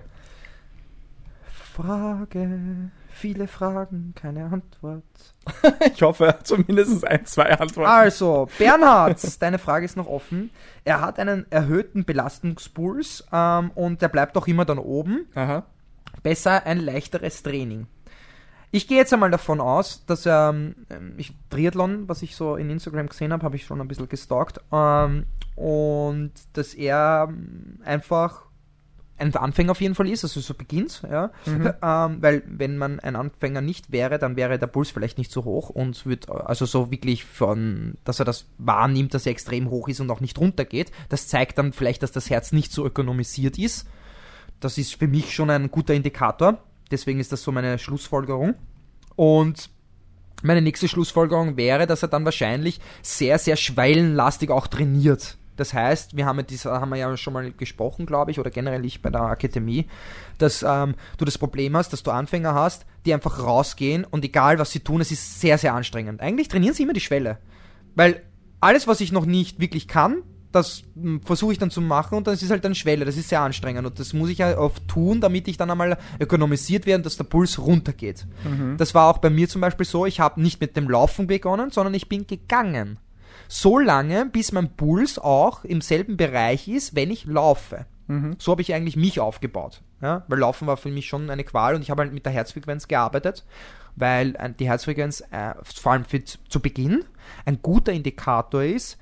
Frage, viele Fragen, keine Antwort. Ich hoffe, zumindest 1, 2 Antworten. Also, Bernhard, deine Frage ist noch offen. Er hat einen erhöhten Belastungspuls und der bleibt auch immer dann oben. Aha. Besser ein leichteres Training. Ich gehe jetzt einmal davon aus, dass Triathlon, was ich so in Instagram gesehen habe, habe ich schon ein bisschen gestalkt, und dass er einfach ein Anfänger auf jeden Fall ist, also so beginnt, ja, weil wenn man ein Anfänger nicht wäre, dann wäre der Puls vielleicht nicht so hoch und wird also so wirklich dass er das wahrnimmt, dass er extrem hoch ist und auch nicht runtergeht. Das zeigt dann vielleicht, dass das Herz nicht so ökonomisiert ist. Das ist für mich schon ein guter Indikator. Deswegen ist das so meine Schlussfolgerung. Und meine nächste Schlussfolgerung wäre, dass er dann wahrscheinlich sehr, sehr schwellenlastig auch trainiert. Das heißt, haben wir ja schon mal gesprochen, glaube ich, oder generell ich bei der Akademie, dass du das Problem hast, dass du Anfänger hast, die einfach rausgehen und egal, was sie tun, es ist sehr, sehr anstrengend. Eigentlich trainieren sie immer die Schwelle. Weil alles, was ich noch nicht wirklich kann, das versuche ich dann zu machen und dann ist es halt eine Schwelle, das ist sehr anstrengend und das muss ich ja oft tun, damit ich dann einmal ökonomisiert werde und dass der Puls runtergeht. Das war auch bei mir zum Beispiel so, ich habe nicht mit dem Laufen begonnen, sondern ich bin gegangen. So lange, bis mein Puls auch im selben Bereich ist, wenn ich laufe. So habe ich eigentlich mich aufgebaut. Ja? Weil Laufen war für mich schon eine Qual und ich habe halt mit der Herzfrequenz gearbeitet, weil die Herzfrequenz vor allem zu Beginn ein guter Indikator ist,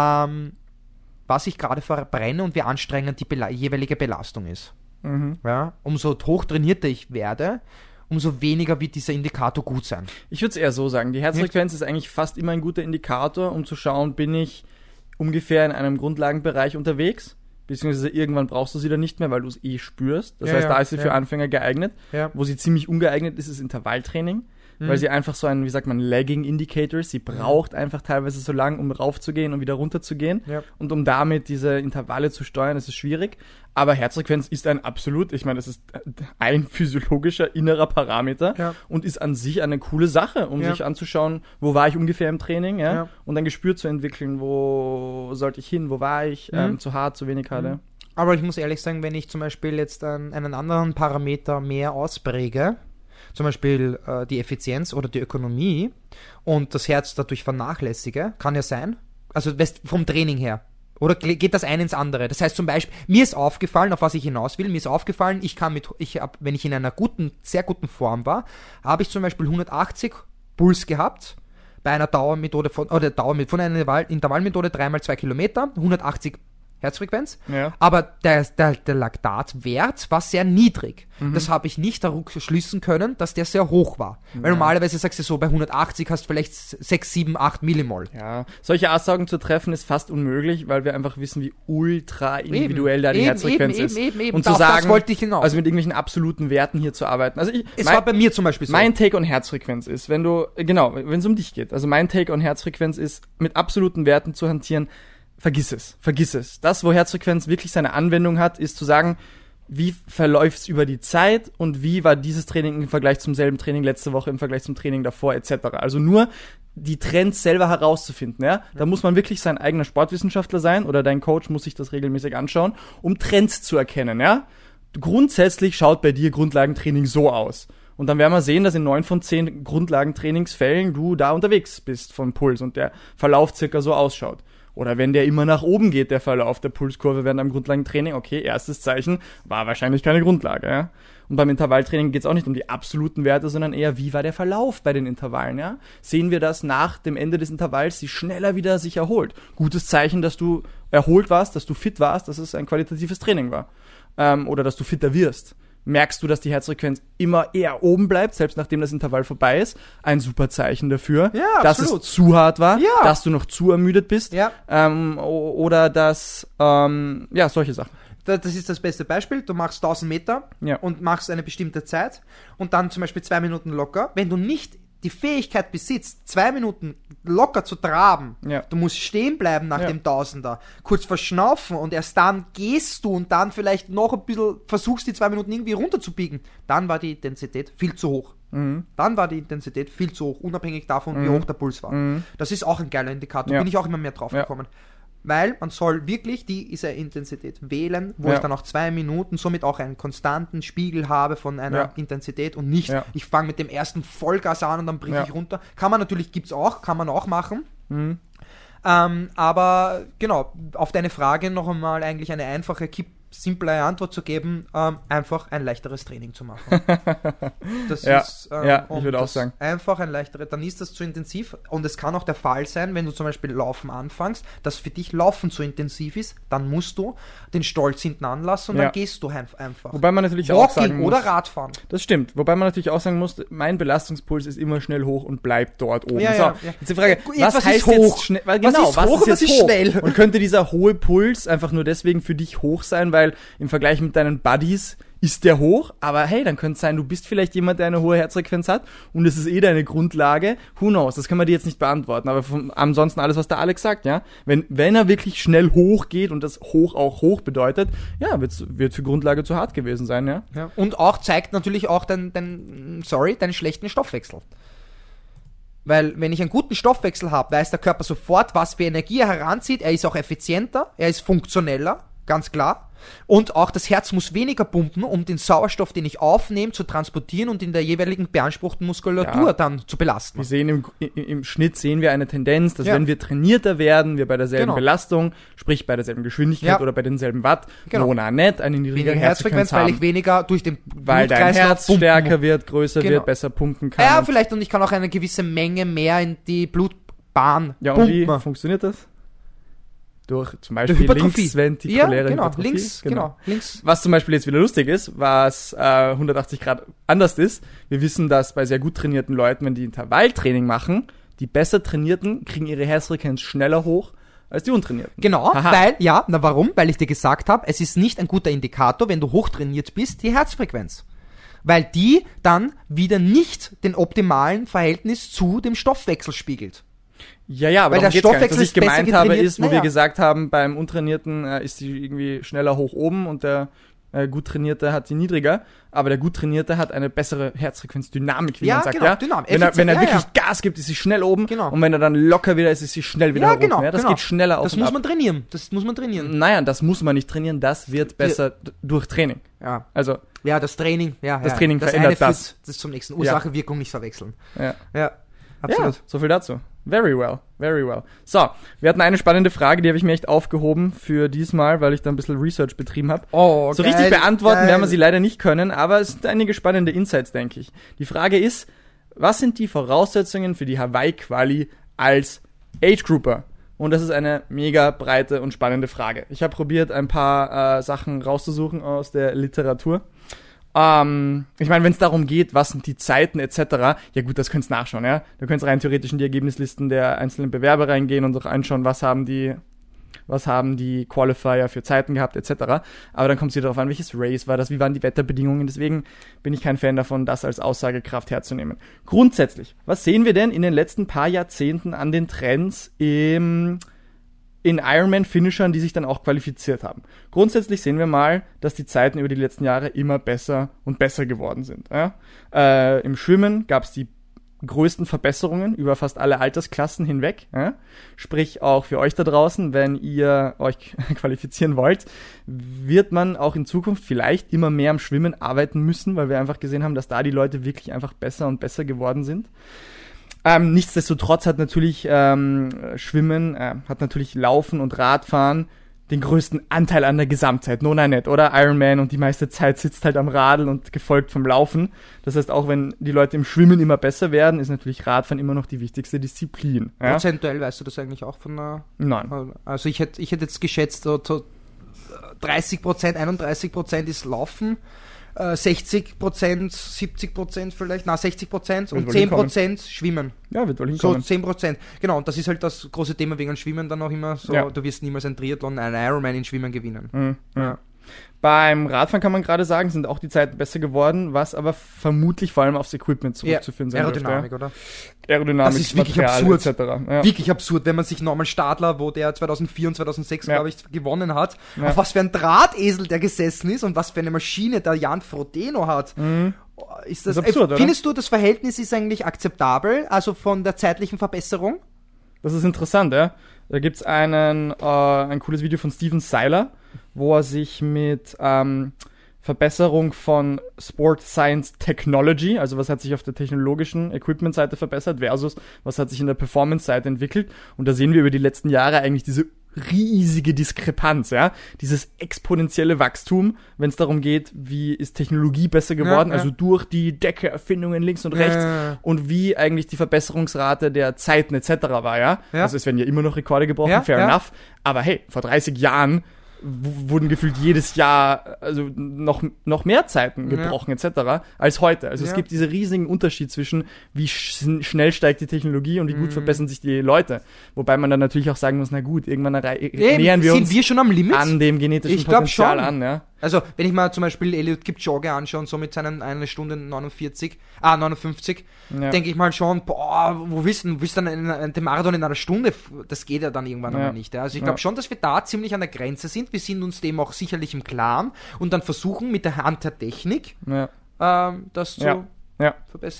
was ich gerade verbrenne und wie anstrengend die jeweilige Belastung ist. Ja? Umso hochtrainierter ich werde, umso weniger wird dieser Indikator gut sein. Ich würde es eher so sagen, die Herzfrequenz ist eigentlich fast immer ein guter Indikator, um zu schauen, bin ich ungefähr in einem Grundlagenbereich unterwegs, beziehungsweise irgendwann brauchst du sie dann nicht mehr, weil du es spürst. Das heißt, da ist sie für Anfänger geeignet. Ja. Wo sie ziemlich ungeeignet ist, ist Intervalltraining, weil sie einfach so ein, wie sagt man, Lagging Indicator ist. Sie braucht einfach teilweise so lang, um raufzugehen und wieder runterzugehen. Ja. Und um damit diese Intervalle zu steuern, ist es schwierig. Aber Herzfrequenz ist ich meine, es ist ein physiologischer innerer Parameter und ist an sich eine coole Sache, um sich anzuschauen, wo war ich ungefähr im Training, und ein Gespür zu entwickeln, wo sollte ich hin, wo war ich, zu hart, zu wenig hart. Aber ich muss ehrlich sagen, wenn ich zum Beispiel jetzt einen anderen Parameter mehr auspräge, zum Beispiel die Effizienz oder die Ökonomie und das Herz dadurch vernachlässige, kann ja sein, also vom Training her. Oder geht das eine ins andere? Das heißt zum Beispiel, mir ist aufgefallen, auf was ich hinaus will, wenn ich in einer sehr guten Form war, habe ich zum Beispiel 180 Puls gehabt, bei einer von einer Intervallmethode 3x2 Kilometer, 180 Herzfrequenz, aber der Laktatwert war sehr niedrig. Das habe ich nicht daraus schließen können, dass der sehr hoch war. Weil normalerweise sagst du so, bei 180 hast du vielleicht 6, 7, 8 Millimol. Ja, solche Aussagen zu treffen ist fast unmöglich, weil wir einfach wissen, wie ultra individuell da die Herzfrequenz ist. Und zu sagen, das wollte ich hinaus. Also mit irgendwelchen absoluten Werten hier zu arbeiten. Also war bei mir zum Beispiel so. Mein Take on Herzfrequenz ist, wenn es um dich geht, also mein Take on Herzfrequenz ist, mit absoluten Werten zu hantieren. Vergiss es. Das, wo Herzfrequenz wirklich seine Anwendung hat, ist zu sagen, wie verläuft's über die Zeit und wie war dieses Training im Vergleich zum selben Training letzte Woche, im Vergleich zum Training davor, etc. Also nur die Trends selber herauszufinden, ja. Da muss man wirklich sein eigener Sportwissenschaftler sein oder dein Coach muss sich das regelmäßig anschauen, um Trends zu erkennen, ja. Grundsätzlich schaut bei dir Grundlagentraining so aus. Und dann werden wir sehen, dass in 9 von 10 Grundlagentrainingsfällen du da unterwegs bist vom Puls und der Verlauf circa so ausschaut. Oder wenn der immer nach oben geht, der Verlauf der Pulskurve während einem Grundlagentraining, okay, erstes Zeichen, war wahrscheinlich keine Grundlage, ja. Und beim Intervalltraining geht es auch nicht um die absoluten Werte, sondern eher, wie war der Verlauf bei den Intervallen, ja. Sehen wir das nach dem Ende des Intervalls, die schneller wieder sich erholt. Gutes Zeichen, dass du erholt warst, dass du fit warst, dass es ein qualitatives Training war. Oder dass du fitter wirst. Merkst du, dass die Herzfrequenz immer eher oben bleibt, selbst nachdem das Intervall vorbei ist, ein super Zeichen dafür, dass es zu hart war, dass du noch zu ermüdet bist, oder dass, solche Sachen. Das ist das beste Beispiel. Du machst 1000 Meter und machst eine bestimmte Zeit und dann zum Beispiel 2 Minuten locker. Wenn du nicht die Fähigkeit besitzt, 2 Minuten locker zu traben, du musst stehen bleiben nach dem Tausender, kurz verschnaufen und erst dann gehst du und dann vielleicht noch ein bisschen versuchst, die 2 Minuten irgendwie runterzubiegen, dann war die Intensität viel zu hoch. Unabhängig davon, wie hoch der Puls war. Das ist auch ein geiler Indikator, bin ich auch immer mehr drauf gekommen. Weil man soll wirklich diese Intensität wählen, wo ich dann auch 2 Minuten somit auch einen konstanten Spiegel habe von einer Intensität und nicht, ich fange mit dem ersten Vollgas an und dann bringe ich runter. Kann man auch machen. Aber genau, auf deine Frage noch einmal eigentlich eine einfache, simple Antwort zu geben, einfach ein leichteres Training zu machen. Das ist, ich würde auch sagen. Einfach ein leichteres, dann ist das zu intensiv und es kann auch der Fall sein, wenn du zum Beispiel Laufen anfängst, dass für dich Laufen zu intensiv ist, dann musst du den Stolz hinten anlassen und dann gehst du einfach. Wobei man natürlich auch sagen muss, oder Radfahren. Das stimmt, wobei man natürlich auch sagen muss, mein Belastungspuls ist immer schnell hoch und bleibt dort oben. Jetzt die Frage, was heißt hoch? Jetzt schnell? Was ist jetzt hoch? Schnell? Und könnte dieser hohe Puls einfach nur deswegen für dich hoch sein, weil im Vergleich mit deinen Buddies ist der hoch, aber hey, dann könnte es sein, du bist vielleicht jemand, der eine hohe Herzfrequenz hat und es ist deine Grundlage. Who knows? Das können wir dir jetzt nicht beantworten, aber ansonsten alles, was der Alex sagt, ja. Wenn er wirklich schnell hoch geht und das hoch auch hoch bedeutet, wird für Grundlage zu hart gewesen sein, ja. Und auch zeigt natürlich auch deinen schlechten Stoffwechsel. Weil wenn ich einen guten Stoffwechsel habe, weiß der Körper sofort, was für Energie er heranzieht. Er ist auch effizienter, er ist funktioneller, ganz klar. Und auch das Herz muss weniger pumpen, um den Sauerstoff, den ich aufnehme, zu transportieren und in der jeweiligen beanspruchten Muskulatur dann zu belasten. Wir sehen im Schnitt sehen wir eine Tendenz, dass wenn wir trainierter werden, wir bei derselben Belastung, sprich bei derselben Geschwindigkeit oder bei denselben Watt, nona net, eine niedrigere Herzfrequenz haben. Weil ich weniger durch den weil dein Herz stärker wird, größer wird, besser pumpen kann. Ja, vielleicht, und ich kann auch eine gewisse Menge mehr in die Blutbahn pumpen. Und wie funktioniert das? Durch zum Beispiel linksventrikuläre Hypertrophie. Links. Was zum Beispiel jetzt wieder lustig ist, was 180 Grad anders ist. Wir wissen, dass bei sehr gut trainierten Leuten, wenn die Intervalltraining machen, die besser trainierten kriegen ihre Herzfrequenz schneller hoch als die untrainierten. Genau, warum? Weil ich dir gesagt habe, es ist nicht ein guter Indikator, wenn du hochtrainiert bist, die Herzfrequenz. Weil die dann wieder nicht den optimalen Verhältnis zu dem Stoffwechsel spiegelt. Ja, aber der Stoffwechsel, was ich gemeint habe, ist, wo wir gesagt haben, beim Untrainierten ist die irgendwie schneller hoch oben und der gut Trainierte hat die niedriger, aber der gut Trainierte hat eine bessere Herzfrequenzdynamik, wie man sagt. Dynamik. Wenn er wirklich Gas gibt, ist sie schnell oben und wenn er dann locker wieder ist sie schnell wieder oben. Das geht schneller auf das muss man trainieren. Das muss man trainieren. Naja, das muss man nicht trainieren, das wird besser durch Training. Ja. Also das Training, das Training verändert das. Das zum nächsten. Ursache-Wirkung nicht verwechseln. Ja. Absolut. Ja, so viel dazu. Very well, very well. So, wir hatten eine spannende Frage, die habe ich mir echt aufgehoben für diesmal, weil ich da ein bisschen Research betrieben habe. Oh, so geil, richtig beantworten werden wir sie leider nicht können, aber es sind einige spannende Insights, denke ich. Die Frage ist, was sind die Voraussetzungen für die Hawaii-Quali als Age-Grouper? Und das ist eine mega breite und spannende Frage. Ich habe probiert, ein paar Sachen rauszusuchen aus der Literatur. Ich meine, wenn es darum geht, was sind die Zeiten etc., ja gut, das könnt's nachschauen, ja. Da könnt's rein theoretisch in die Ergebnislisten der einzelnen Bewerber reingehen und auch anschauen, was haben die Qualifier für Zeiten gehabt etc. Aber dann kommt es wieder darauf an, welches Race war das, wie waren die Wetterbedingungen. Deswegen bin ich kein Fan davon, das als Aussagekraft herzunehmen. Grundsätzlich, was sehen wir denn in den letzten paar Jahrzehnten an den Trends in Ironman-Finishern, die sich dann auch qualifiziert haben? Grundsätzlich sehen wir mal, dass die Zeiten über die letzten Jahre immer besser und besser geworden sind. Ja? Im Schwimmen gab es die größten Verbesserungen über fast alle Altersklassen hinweg. Ja? Sprich, auch für euch da draußen, wenn ihr euch qualifizieren wollt, wird man auch in Zukunft vielleicht immer mehr am Schwimmen arbeiten müssen, weil wir einfach gesehen haben, dass da die Leute wirklich einfach besser und besser geworden sind. Nichtsdestotrotz hat natürlich Schwimmen, hat natürlich Laufen und Radfahren den größten Anteil an der Gesamtzeit. Nona net, oder? Ironman und die meiste Zeit sitzt halt am Radl und gefolgt vom Laufen. Das heißt, auch wenn die Leute im Schwimmen immer besser werden, ist natürlich Radfahren immer noch die wichtigste Disziplin. Ja? Prozentuell weißt du das eigentlich auch von der... Nein. Also ich hätte jetzt geschätzt, so 30%, 31% ist Laufen, 60%, 70% vielleicht, 60% und 10% Schwimmen. Ja, wird wohl hinkommen. So 10%. Genau, und das ist halt das große Thema wegen Schwimmen dann auch immer so, du wirst niemals ein Triathlon, ein Ironman in Schwimmen gewinnen. Ja. Beim Radfahren kann man gerade sagen, sind auch die Zeiten besser geworden, was aber vermutlich vor allem aufs Equipment zurückzuführen sein Aerodynamik, oder? Aerodynamik, das ist wirklich Material, absurd. Ja. Wirklich absurd, wenn man sich Norman Stadler, wo der 2004 und 2006, glaube ich, gewonnen hat, auf was für ein Drahtesel der gesessen ist und was für eine Maschine der Jan Frodeno hat. Ist das absurd, findest du, das Verhältnis ist eigentlich akzeptabel, also von der zeitlichen Verbesserung? Das ist interessant, ja. Da gibt's ein cooles Video von Steven Seiler, wo er sich mit Verbesserung von Sport Science Technology, also was hat sich auf der technologischen Equipment-Seite verbessert versus was hat sich in der Performance-Seite entwickelt. Und da sehen wir über die letzten Jahre eigentlich diese riesige Diskrepanz, ja, dieses exponentielle Wachstum, wenn es darum geht, wie ist Technologie besser geworden, also durch die Decke-Erfindungen links und rechts und wie eigentlich die Verbesserungsrate der Zeiten etc. war, ja. Also es werden ja immer noch Rekorde gebrochen, fair enough, aber hey, vor 30 Jahren wurden gefühlt jedes Jahr also noch mehr Zeiten gebrochen etc. als heute. Also es gibt diesen riesigen Unterschied zwischen wie schnell steigt die Technologie und wie gut verbessern sich die Leute. Wobei man dann natürlich auch sagen muss, na gut, irgendwann nähern wir uns sind wir schon am Limit? An dem genetischen Potenzial an. Ja. Also wenn ich mal zum Beispiel Eliud Kipchoge anschaue und so mit seinen 1 Stunde 59, denke ich mal schon, wo willst du dann ein Marathon in einer Stunde? Das geht ja dann irgendwann aber nicht. Ja. Also ich glaube schon, dass wir da ziemlich an der Grenze sind. Wir sind uns dem auch sicherlich im Klaren und dann versuchen mit der Hand der Technik das zu verbessern.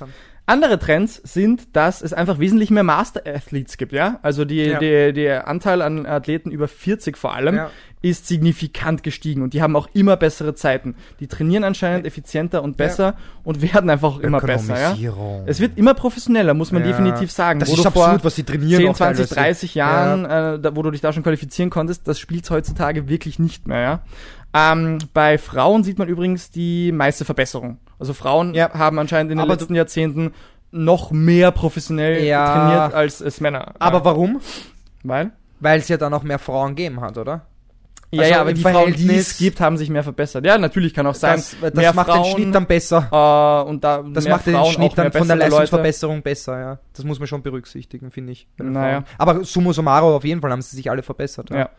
Andere Trends sind, dass es einfach wesentlich mehr Master Athletes gibt, ja? Also der Anteil an Athleten über 40 vor allem ist signifikant gestiegen und die haben auch immer bessere Zeiten. Die trainieren anscheinend effizienter und besser und werden einfach auch immer besser, ja? Es wird immer professioneller, muss man definitiv sagen. Das ist absurd, was sie trainieren. 10, 20, 30 Jahren, wo du dich da schon qualifizieren konntest, das spielt heutzutage wirklich nicht mehr, ja? Bei Frauen sieht man übrigens die meiste Verbesserung. Also Frauen haben anscheinend in den letzten Jahrzehnten noch mehr professionell trainiert als es Männer. Aber warum? Weil es ja dann auch mehr Frauen gegeben hat, oder? Ja, Also aber die Frauen, die es gibt, haben sich mehr verbessert. Ja, natürlich kann auch sein, das mehr macht Frauen, den Schnitt dann besser. und da Das mehr macht den Frauen Schnitt auch mehr dann von der bessere Leistungsverbesserung besser, ja. Das muss man schon berücksichtigen, finde ich. Naja. Aber summa summarum, auf jeden Fall haben sie sich alle verbessert. Ja.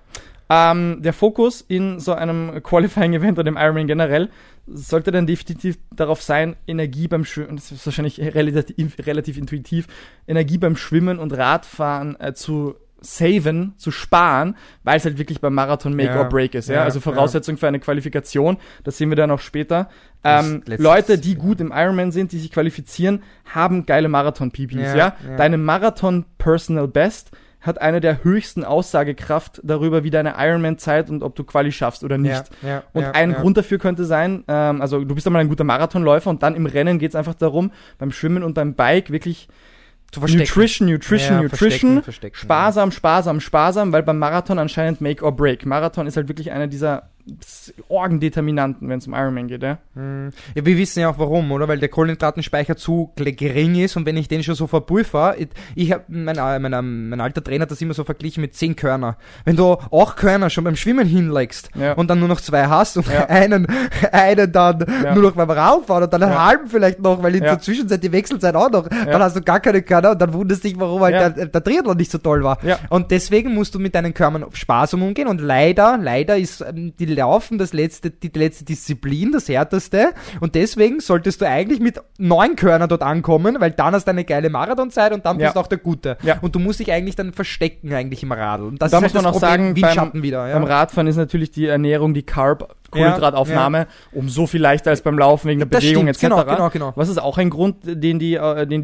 Der Fokus in so einem Qualifying-Event oder dem Ironman generell sollte dann definitiv darauf sein, Energie beim Schwimmen, das ist wahrscheinlich relativ intuitiv, Energie beim Schwimmen und Radfahren zu saven, zu sparen, weil es halt wirklich beim Marathon Make or Break ist. Ja? Also Voraussetzung für eine Qualifikation, das sehen wir dann auch später. Leute, die gut im Ironman sind, die sich qualifizieren, haben geile Marathon-PBs. Ja? Deine Marathon Personal Best hat eine der höchsten Aussagekraft darüber, wie deine Ironman-Zeit und ob du Quali schaffst oder nicht. Grund dafür könnte sein, also du bist einmal ein guter Marathonläufer und dann im Rennen geht es einfach darum, beim Schwimmen und beim Bike wirklich zu verstecken. Nutrition, sparsam, weil beim Marathon anscheinend Make or Break. Marathon ist halt wirklich einer dieser Orgendeterminanten, wenn es um Ironman geht, ja. Ja, wir wissen ja auch warum, oder? Weil der Kohlenhydratenspeicher zu gering ist und wenn ich den schon so verpulver, mein alter Trainer hat das immer so verglichen mit 10 Körner. Wenn du 8 Körner schon beim Schwimmen hinlegst und dann nur noch 2 hast und einen dann nur noch beim Radfahren und dann einen halben vielleicht noch, weil in der Zwischenzeit die Wechselzeit auch noch, dann hast du gar keine Körner und dann wunderst dich, warum halt der Triathlon nicht so toll war. Ja. Und deswegen musst du mit deinen Körnern sparsam umgehen und leider ist die Laufen die letzte Disziplin, das härteste und deswegen solltest du eigentlich mit 9 Körnern dort ankommen, weil dann hast du eine geile Marathonzeit und dann bist du auch der Gute. Ja. Und du musst dich eigentlich dann verstecken eigentlich im Radl. Und das da ist muss halt man auch sagen, beim Radfahren ist natürlich die Ernährung, die Kohlenhydrataufnahme um so viel leichter als beim Laufen wegen der Bewegung etc. Genau. Was ist auch ein Grund, den die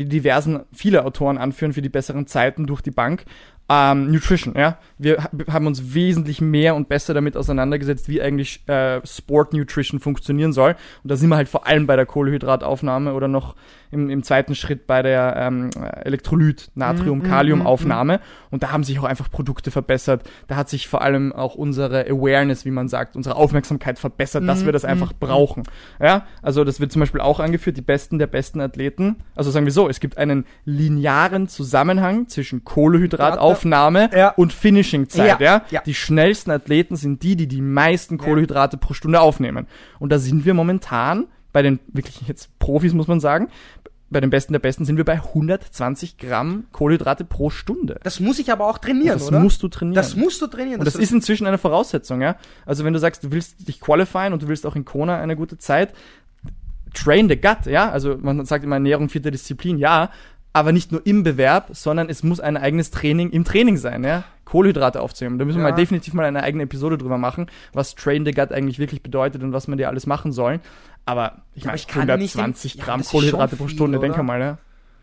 viele Autoren anführen für die besseren Zeiten durch die Bank. Nutrition, ja. Wir haben uns wesentlich mehr und besser damit auseinandergesetzt, wie eigentlich Sport Nutrition funktionieren soll. Und da sind wir halt vor allem bei der Kohlenhydrataufnahme oder noch im zweiten Schritt bei der Elektrolyt, Natrium, Kaliumaufnahme. Und da haben sich auch einfach Produkte verbessert. Da hat sich vor allem auch unsere Awareness, wie man sagt, unsere Aufmerksamkeit verbessert, dass wir das einfach brauchen. Ja, also das wird zum Beispiel auch angeführt, die Besten der besten Athleten. Also sagen wir so, es gibt einen linearen Zusammenhang zwischen Kohlenhydrataufnahme und Finishing-Zeit. Ja. Die schnellsten Athleten sind die meisten Kohlenhydrate pro Stunde aufnehmen. Und da sind wir momentan bei den wirklich jetzt Profis, muss man sagen, bei den Besten der Besten sind wir bei 120 Gramm Kohlenhydrate pro Stunde. Das muss ich aber auch trainieren, oder? Das musst du trainieren. Und das ist inzwischen eine Voraussetzung, ja. Also wenn du sagst, du willst dich qualifieren und du willst auch in Kona eine gute Zeit, train the gut, ja. Also man sagt immer Ernährung 4. Disziplin, ja. Aber nicht nur im Bewerb, sondern es muss ein eigenes Training im Training sein, ja. Kohlenhydrate aufzunehmen. Da müssen wir definitiv mal eine eigene Episode drüber machen, was Train the Gut eigentlich wirklich bedeutet und was man dir alles machen soll. Aber ich meine, 120 Gramm Kohlenhydrate pro Stunde, denke mal, ja.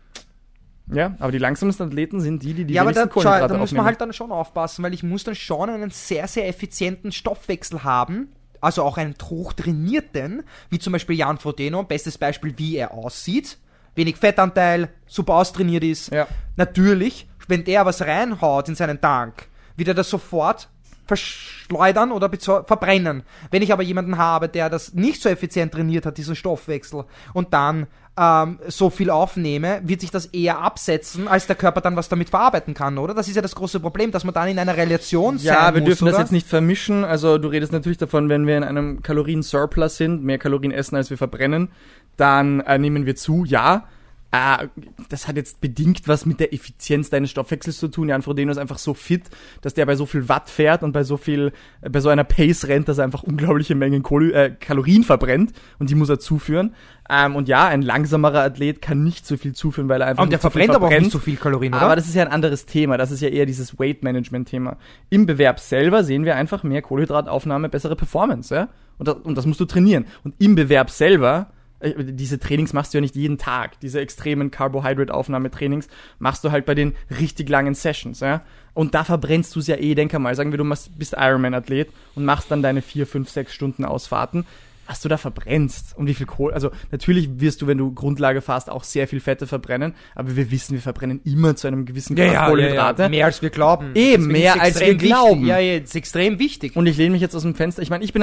Ja, aber die langsamsten Athleten sind die wenigsten Kohlenhydrate da muss man halt dann schon aufpassen, weil ich muss dann schon einen sehr, sehr effizienten Stoffwechsel haben, also auch einen hochtrainierten, wie zum Beispiel Jan Frodeno, bestes Beispiel, wie er aussieht. Wenig Fettanteil, super austrainiert ist. Ja. Natürlich, wenn der was reinhaut in seinen Tank, wird er das sofort verschleudern oder verbrennen. Wenn ich aber jemanden habe, der das nicht so effizient trainiert hat, diesen Stoffwechsel, und dann so viel aufnehme, wird sich das eher absetzen, als der Körper dann was damit verarbeiten kann, oder? Das ist ja das große Problem, dass man dann in einer Relation sein muss, Ja, wir dürfen das jetzt nicht vermischen. Also du redest natürlich davon, wenn wir in einem Kalorien-Surplus sind, mehr Kalorien essen, als wir verbrennen, dann nehmen wir zu, ja. Das hat jetzt bedingt was mit der Effizienz deines Stoffwechsels zu tun. Jan Frodeno ist einfach so fit, dass der bei so viel Watt fährt und bei so einer Pace rennt, dass er einfach unglaubliche Mengen Kalorien verbrennt und die muss er zuführen. Und ja, ein langsamerer Athlet kann nicht so viel zuführen, weil er einfach nicht so viel verbrennt. Und der verbrennt aber auch nicht so viel Kalorien, oder? Aber das ist ja ein anderes Thema. Das ist ja eher dieses Weight-Management-Thema. Im Bewerb selber sehen wir einfach mehr Kohlenhydrataufnahme, bessere Performance, ja? Und das musst du trainieren. Und im Bewerb selber diese Trainings machst du ja nicht jeden Tag. Diese extremen Carbohydrate-Aufnahmetrainings machst du halt bei den richtig langen Sessions, ja. Und da verbrennst du es ja denk mal. Sagen wir, du bist Ironman-Athlet und machst dann deine 4, 5, 6 Stunden Ausfahrten. Was du da verbrennst und wie viel Kohle, also natürlich wirst du, wenn du Grundlage fährst, auch sehr viel Fette verbrennen, aber wir wissen, wir verbrennen immer zu einem gewissen Grad Kohlenhydrate. Ja. Mehr als wir glauben. Eben, mehr als wir glauben. Ja, ist extrem wichtig. Und ich lehne mich jetzt aus dem Fenster, ich meine,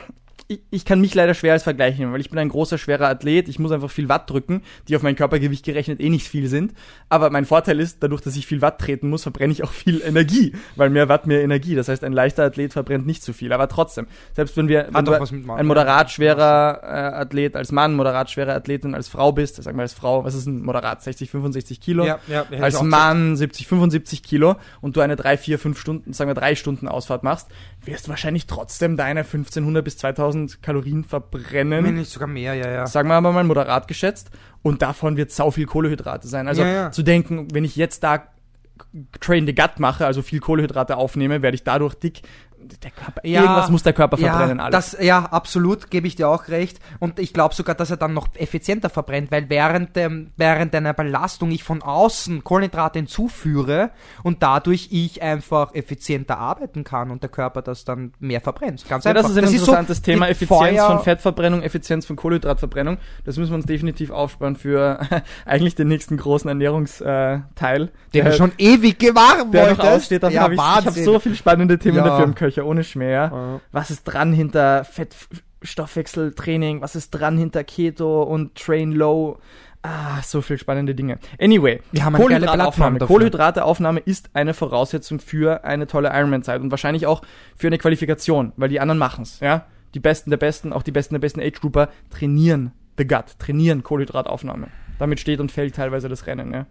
ich kann mich leider schwer als Vergleich nehmen, weil ich bin ein großer, schwerer Athlet, ich muss einfach viel Watt drücken, die auf mein Körpergewicht gerechnet nicht viel sind, aber mein Vorteil ist, dadurch, dass ich viel Watt treten muss, verbrenne ich auch viel Energie, weil mehr Watt, mehr Energie, das heißt, ein leichter Athlet verbrennt nicht so viel, aber trotzdem, selbst wenn du ein moderat schwerer Athlet als Mann, moderat schwere Athletin als Frau bist, sagen wir als Frau, was ist ein moderat, 60, 65 Kilo, als Mann 70, 75 Kilo und du eine 3, 4, 5 Stunden, sagen wir 3 Stunden Ausfahrt machst, wirst du wahrscheinlich trotzdem deine 1500 bis 2000 Kalorien verbrennen. Wenn nicht sogar mehr, ja. Sagen wir aber mal moderat geschätzt. Und davon wird sau viel Kohlenhydrate sein. Also zu denken, wenn ich jetzt da Train the Gut mache, also viel Kohlenhydrate aufnehme, werde ich dadurch dick. Der Körper, irgendwas muss der Körper verbrennen, alles. Absolut, gebe ich dir auch recht. Und ich glaube sogar, dass er dann noch effizienter verbrennt, weil während einer Belastung ich von außen Kohlenhydrate hinzuführe und dadurch ich einfach effizienter arbeiten kann und der Körper das dann mehr verbrennt. Ganz einfach. Das ist ein interessantes Thema, Effizienz von Fettverbrennung, Effizienz von Kohlenhydratverbrennung. Das müssen wir uns definitiv aufsparen für eigentlich den nächsten großen Ernährungsteil. Den du schon ewig gewarnt wolltest. Der noch aussteht, ich habe so viele spannende Themen dafür im Köcher. Ohne Schmäh. Was ist dran hinter Fettstoffwechseltraining? Was ist dran hinter Keto und Train Low? So viel spannende Dinge. Anyway, wir haben eine geile Plattform dafür. Kohlenhydrateaufnahme ist eine Voraussetzung für eine tolle Ironman-Zeit und wahrscheinlich auch für eine Qualifikation, weil die anderen machen's, ja? Die Besten der Besten, auch die Besten der besten Age-Grouper trainieren the Gut, trainieren Kohlenhydrataufnahme. Damit steht und fällt teilweise das Rennen, ja?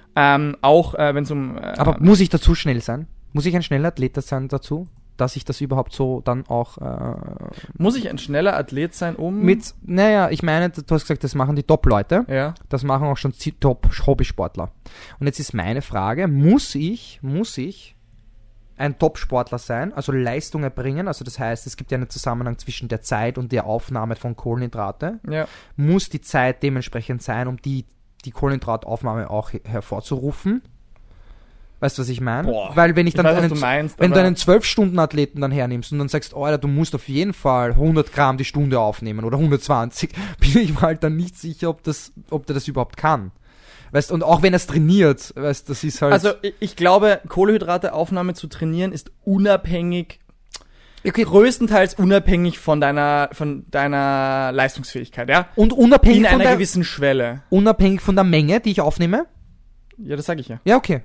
Wenn es um... Aber muss ich dazu schnell sein? Muss ich ein schneller Athlet sein dazu? Dass ich das überhaupt so dann auch... Muss ich ein schneller Athlet sein, ich meine, du hast gesagt, das machen die Top-Leute. Ja. Das machen auch schon Top-Hobbysportler. Und jetzt ist meine Frage, muss ich ein Top-Sportler sein, also Leistung erbringen, also das heißt, es gibt ja einen Zusammenhang zwischen der Zeit und der Aufnahme von Kohlenhydrate. Ja. Muss die Zeit dementsprechend sein, um die Kohlenhydrataufnahme auch hervorzurufen? Weißt du, was ich meine? Weil wenn du einen 12-Stunden-Athleten dann hernimmst und dann sagst, Alter, du musst auf jeden Fall 100 Gramm die Stunde aufnehmen oder 120, bin ich mir halt dann nicht sicher, ob der das überhaupt kann. Weißt, und auch wenn er es trainiert, weißt, das ist halt... Also ich glaube, Kohlenhydrateaufnahme zu trainieren ist unabhängig, größtenteils unabhängig von deiner Leistungsfähigkeit, ja? Und unabhängig in einer gewissen Schwelle. Unabhängig von der Menge, die ich aufnehme? Ja, das sage ich ja. Ja, okay.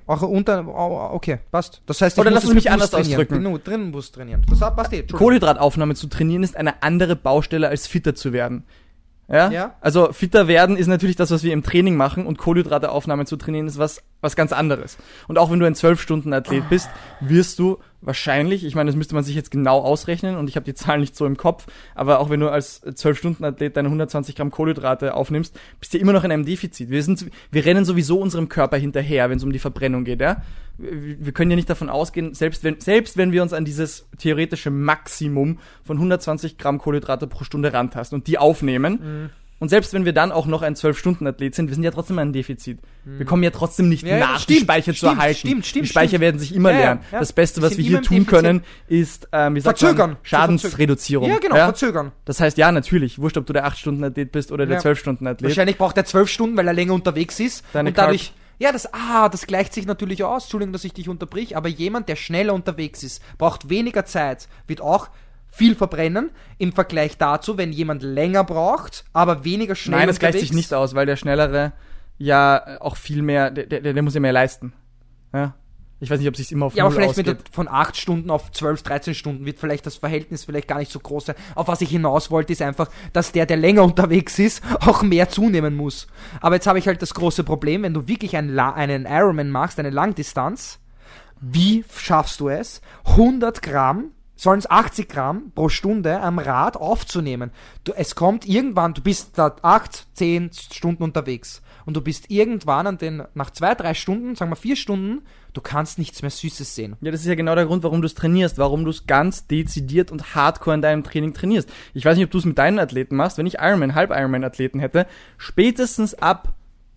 Okay, passt. Das heißt, oder lass es mich anders ausdrücken. Drinnen muss trainieren. Das passt eh. Kohlenhydrataufnahme zu trainieren ist eine andere Baustelle als fitter zu werden. Ja? Also fitter werden ist natürlich das, was wir im Training machen und Kohlenhydrateaufnahme zu trainieren ist was ganz anderes. Und auch wenn du ein 12-Stunden-Athlet bist, wirst du wahrscheinlich, ich meine, das müsste man sich jetzt genau ausrechnen und ich habe die Zahlen nicht so im Kopf, aber auch wenn du als 12-Stunden-Athlet deine 120 Gramm Kohlenhydrate aufnimmst, bist du immer noch in einem Defizit. Wir rennen sowieso unserem Körper hinterher, wenn es um die Verbrennung geht, ja. Wir können ja nicht davon ausgehen, selbst wenn wir uns an dieses theoretische Maximum von 120 Gramm Kohlenhydrate pro Stunde rantasten und die aufnehmen, und selbst wenn wir dann auch noch ein 12-Stunden-Athlet sind, wir sind ja trotzdem ein Defizit. Wir kommen ja trotzdem nicht nach, die Speicher zu erhalten. Die Speicher werden sich immer leeren. Ja. Das Beste, was wir hier tun können, ist, Schadensreduzierung. Ja, genau, verzögern. Das heißt, ja, natürlich, wurscht, ob du der 8-Stunden-Athlet bist oder der 12-Stunden-Athlet. Wahrscheinlich braucht er 12 Stunden, weil er länger unterwegs ist. Und dadurch... Ja, das gleicht sich natürlich aus. Entschuldigung, dass ich dich unterbrich, aber jemand, der schneller unterwegs ist, braucht weniger Zeit, wird auch viel verbrennen im Vergleich dazu, wenn jemand länger braucht, aber weniger schnell unterwegs. Nein, das gleicht sich nicht aus, weil der Schnellere ja auch viel mehr, der muss ja mehr leisten. Ja. Ich weiß nicht, ob es sich immer auf 0 ausgeht. Ja, aber vielleicht von 8 Stunden auf 12, 13 Stunden wird vielleicht das Verhältnis vielleicht gar nicht so groß sein. Auf was ich hinaus wollte, ist einfach, dass der länger unterwegs ist, auch mehr zunehmen muss. Aber jetzt habe ich halt das große Problem, wenn du wirklich einen Ironman machst, eine Langdistanz, wie schaffst du es, 100 Gramm, sollen es 80 Gramm pro Stunde am Rad aufzunehmen? Es kommt irgendwann, du bist da 8, 10 Stunden unterwegs und du bist irgendwann nach 2, 3 Stunden, sagen wir 4 Stunden, Du kannst nichts mehr Süßes sehen. Ja, das ist ja genau der Grund, warum du es trainierst, warum du es ganz dezidiert und hardcore in deinem Training trainierst. Ich weiß nicht, ob du es mit deinen Athleten machst. Wenn ich Halb-Ironman-Athleten hätte, spätestens ab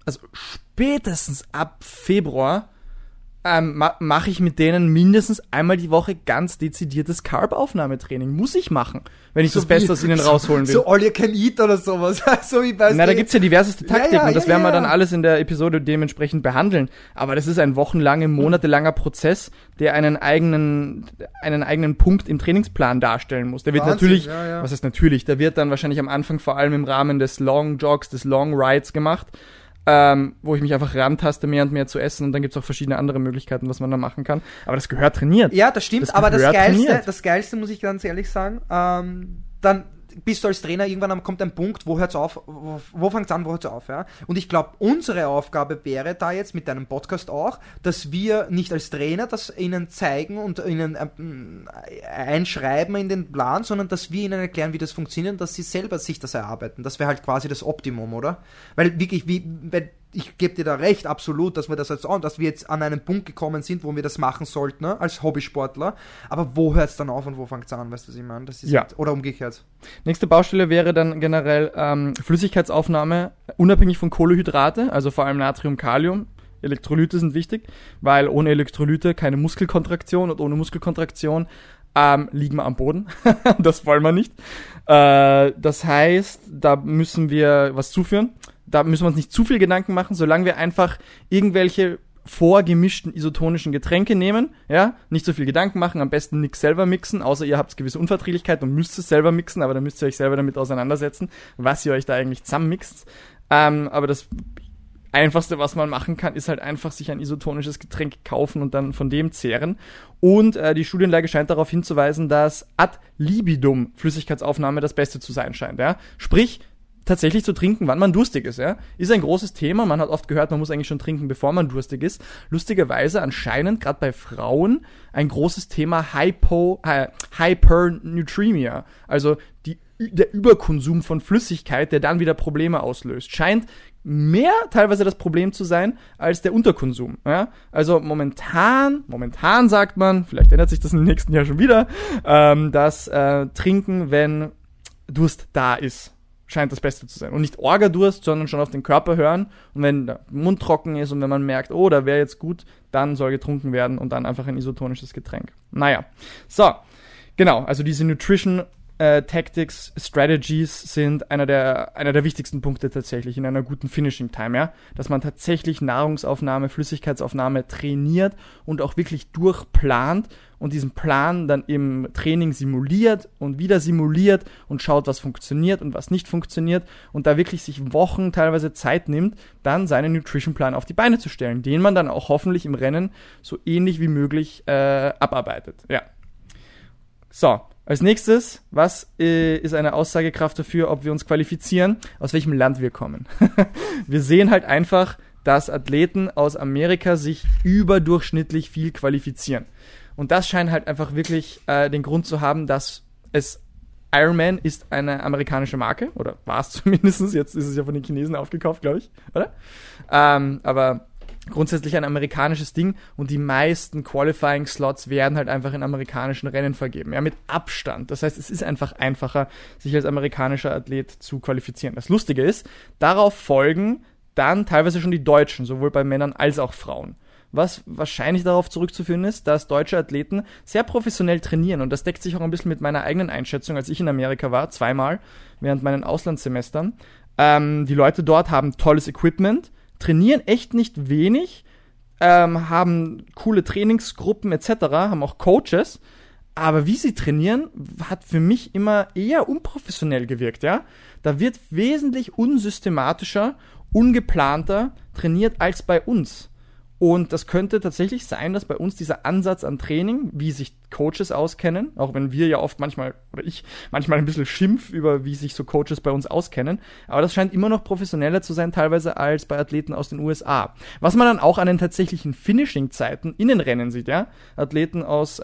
Februar mache ich mit denen mindestens einmal die Woche ganz dezidiertes Carb-Aufnahmetraining. Muss ich machen, wenn ich so das Beste aus ihnen rausholen will. So all you can eat oder sowas. So wie bei da gibt's ja diverseste Taktiken und das werden wir dann alles in der Episode dementsprechend behandeln. Aber das ist ein monatelanger Prozess, der einen eigenen Punkt im Trainingsplan darstellen muss. Der wird natürlich, was heißt natürlich, der wird dann wahrscheinlich am Anfang vor allem im Rahmen des Long Jogs, des Long Rides gemacht. Wo ich mich einfach rantaste, mehr und mehr zu essen und dann gibt's auch verschiedene andere Möglichkeiten, was man da machen kann. Aber das gehört trainiert. Ja, das stimmt, aber das Geilste muss ich ganz ehrlich sagen, dann bist du als Trainer, irgendwann kommt ein Punkt, wo hört's auf, wo fängt's an, wo hört's auf, ja? Und ich glaube, unsere Aufgabe wäre da jetzt mit deinem Podcast auch, dass wir nicht als Trainer das ihnen zeigen und ihnen einschreiben in den Plan, sondern dass wir ihnen erklären, wie das funktioniert, dass sie selber sich das erarbeiten. Das wäre halt quasi das Optimum, oder? Weil wirklich, ich gebe dir da recht, absolut, dass wir jetzt an einen Punkt gekommen sind, wo wir das machen sollten, ne, als Hobbysportler. Aber wo hört es dann auf und wo fängt es an, weißt du, was ich meine? Das ist halt, oder umgekehrt. Nächste Baustelle wäre dann generell Flüssigkeitsaufnahme, unabhängig von Kohlenhydrate, also vor allem Natrium, Kalium. Elektrolyte sind wichtig, weil ohne Elektrolyte keine Muskelkontraktion und ohne Muskelkontraktion liegen wir am Boden. Das wollen wir nicht. Das heißt, da müssen wir was zuführen. Da müssen wir uns nicht zu viel Gedanken machen, solange wir einfach irgendwelche vorgemischten isotonischen Getränke nehmen, ja, nicht so viel Gedanken machen, am besten nichts selber mixen, außer ihr habt gewisse Unverträglichkeiten und müsst es selber mixen, aber dann müsst ihr euch selber damit auseinandersetzen, was ihr euch da eigentlich zusammenmixt. Aber das Einfachste, was man machen kann, ist halt einfach sich ein isotonisches Getränk kaufen und dann von dem zehren. Und die Studienlage scheint darauf hinzuweisen, dass ad libidum Flüssigkeitsaufnahme das Beste zu sein scheint, ja. Sprich, tatsächlich zu trinken, wann man durstig ist, ja. Ist ein großes Thema. Man hat oft gehört, man muss eigentlich schon trinken, bevor man durstig ist. Lustigerweise anscheinend, gerade bei Frauen, ein großes Thema Hypernatremia. Also der Überkonsum von Flüssigkeit, der dann wieder Probleme auslöst. Scheint mehr teilweise das Problem zu sein, als der Unterkonsum, ja. Also momentan sagt man, vielleicht ändert sich das im nächsten Jahr schon wieder, dass Trinken, wenn Durst da ist, scheint das Beste zu sein. Und nicht Orgadurst, sondern schon auf den Körper hören. Und wenn der Mund trocken ist und wenn man merkt, oh, da wäre jetzt gut, dann soll getrunken werden und dann einfach ein isotonisches Getränk. Naja. So. Genau. Also diese Nutrition Tactics, Strategies sind einer der wichtigsten Punkte tatsächlich in einer guten Finishing Time, ja. Dass man tatsächlich Nahrungsaufnahme, Flüssigkeitsaufnahme trainiert und auch wirklich durchplant und diesen Plan dann im Training simuliert und wieder simuliert und schaut, was funktioniert und was nicht funktioniert und da wirklich sich Wochen teilweise Zeit nimmt, dann seinen Nutrition-Plan auf die Beine zu stellen, den man dann auch hoffentlich im Rennen so ähnlich wie möglich abarbeitet, ja. So. Als nächstes, was ist eine Aussagekraft dafür, ob wir uns qualifizieren, aus welchem Land wir kommen? Wir sehen halt einfach, dass Athleten aus Amerika sich überdurchschnittlich viel qualifizieren. Und das scheint halt einfach wirklich den Grund zu haben, dass Ironman ist eine amerikanische Marke, oder war es zumindest, jetzt ist es ja von den Chinesen aufgekauft, glaube ich, oder? Aber grundsätzlich ein amerikanisches Ding und die meisten Qualifying-Slots werden halt einfach in amerikanischen Rennen vergeben, ja, mit Abstand. Das heißt, es ist einfach einfacher, sich als amerikanischer Athlet zu qualifizieren. Das Lustige ist, darauf folgen dann teilweise schon die Deutschen, sowohl bei Männern als auch Frauen. Was wahrscheinlich darauf zurückzuführen ist, dass deutsche Athleten sehr professionell trainieren und das deckt sich auch ein bisschen mit meiner eigenen Einschätzung, als ich in Amerika war, 2-mal während meinen Auslandssemestern. Die Leute dort haben tolles Equipment, trainieren echt nicht wenig, haben coole Trainingsgruppen etc., haben auch Coaches, aber wie sie trainieren, hat für mich immer eher unprofessionell gewirkt, ja. Da wird wesentlich unsystematischer, ungeplanter trainiert als bei uns. Und das könnte tatsächlich sein, dass bei uns dieser Ansatz an Training, wie sich Coaches auskennen, auch wenn wir ja oft manchmal, oder ich manchmal ein bisschen schimpf über, wie sich so Coaches bei uns auskennen, aber das scheint immer noch professioneller zu sein, teilweise als bei Athleten aus den USA. Was man dann auch an den tatsächlichen Finishing-Zeiten in den Rennen sieht, ja. Athleten aus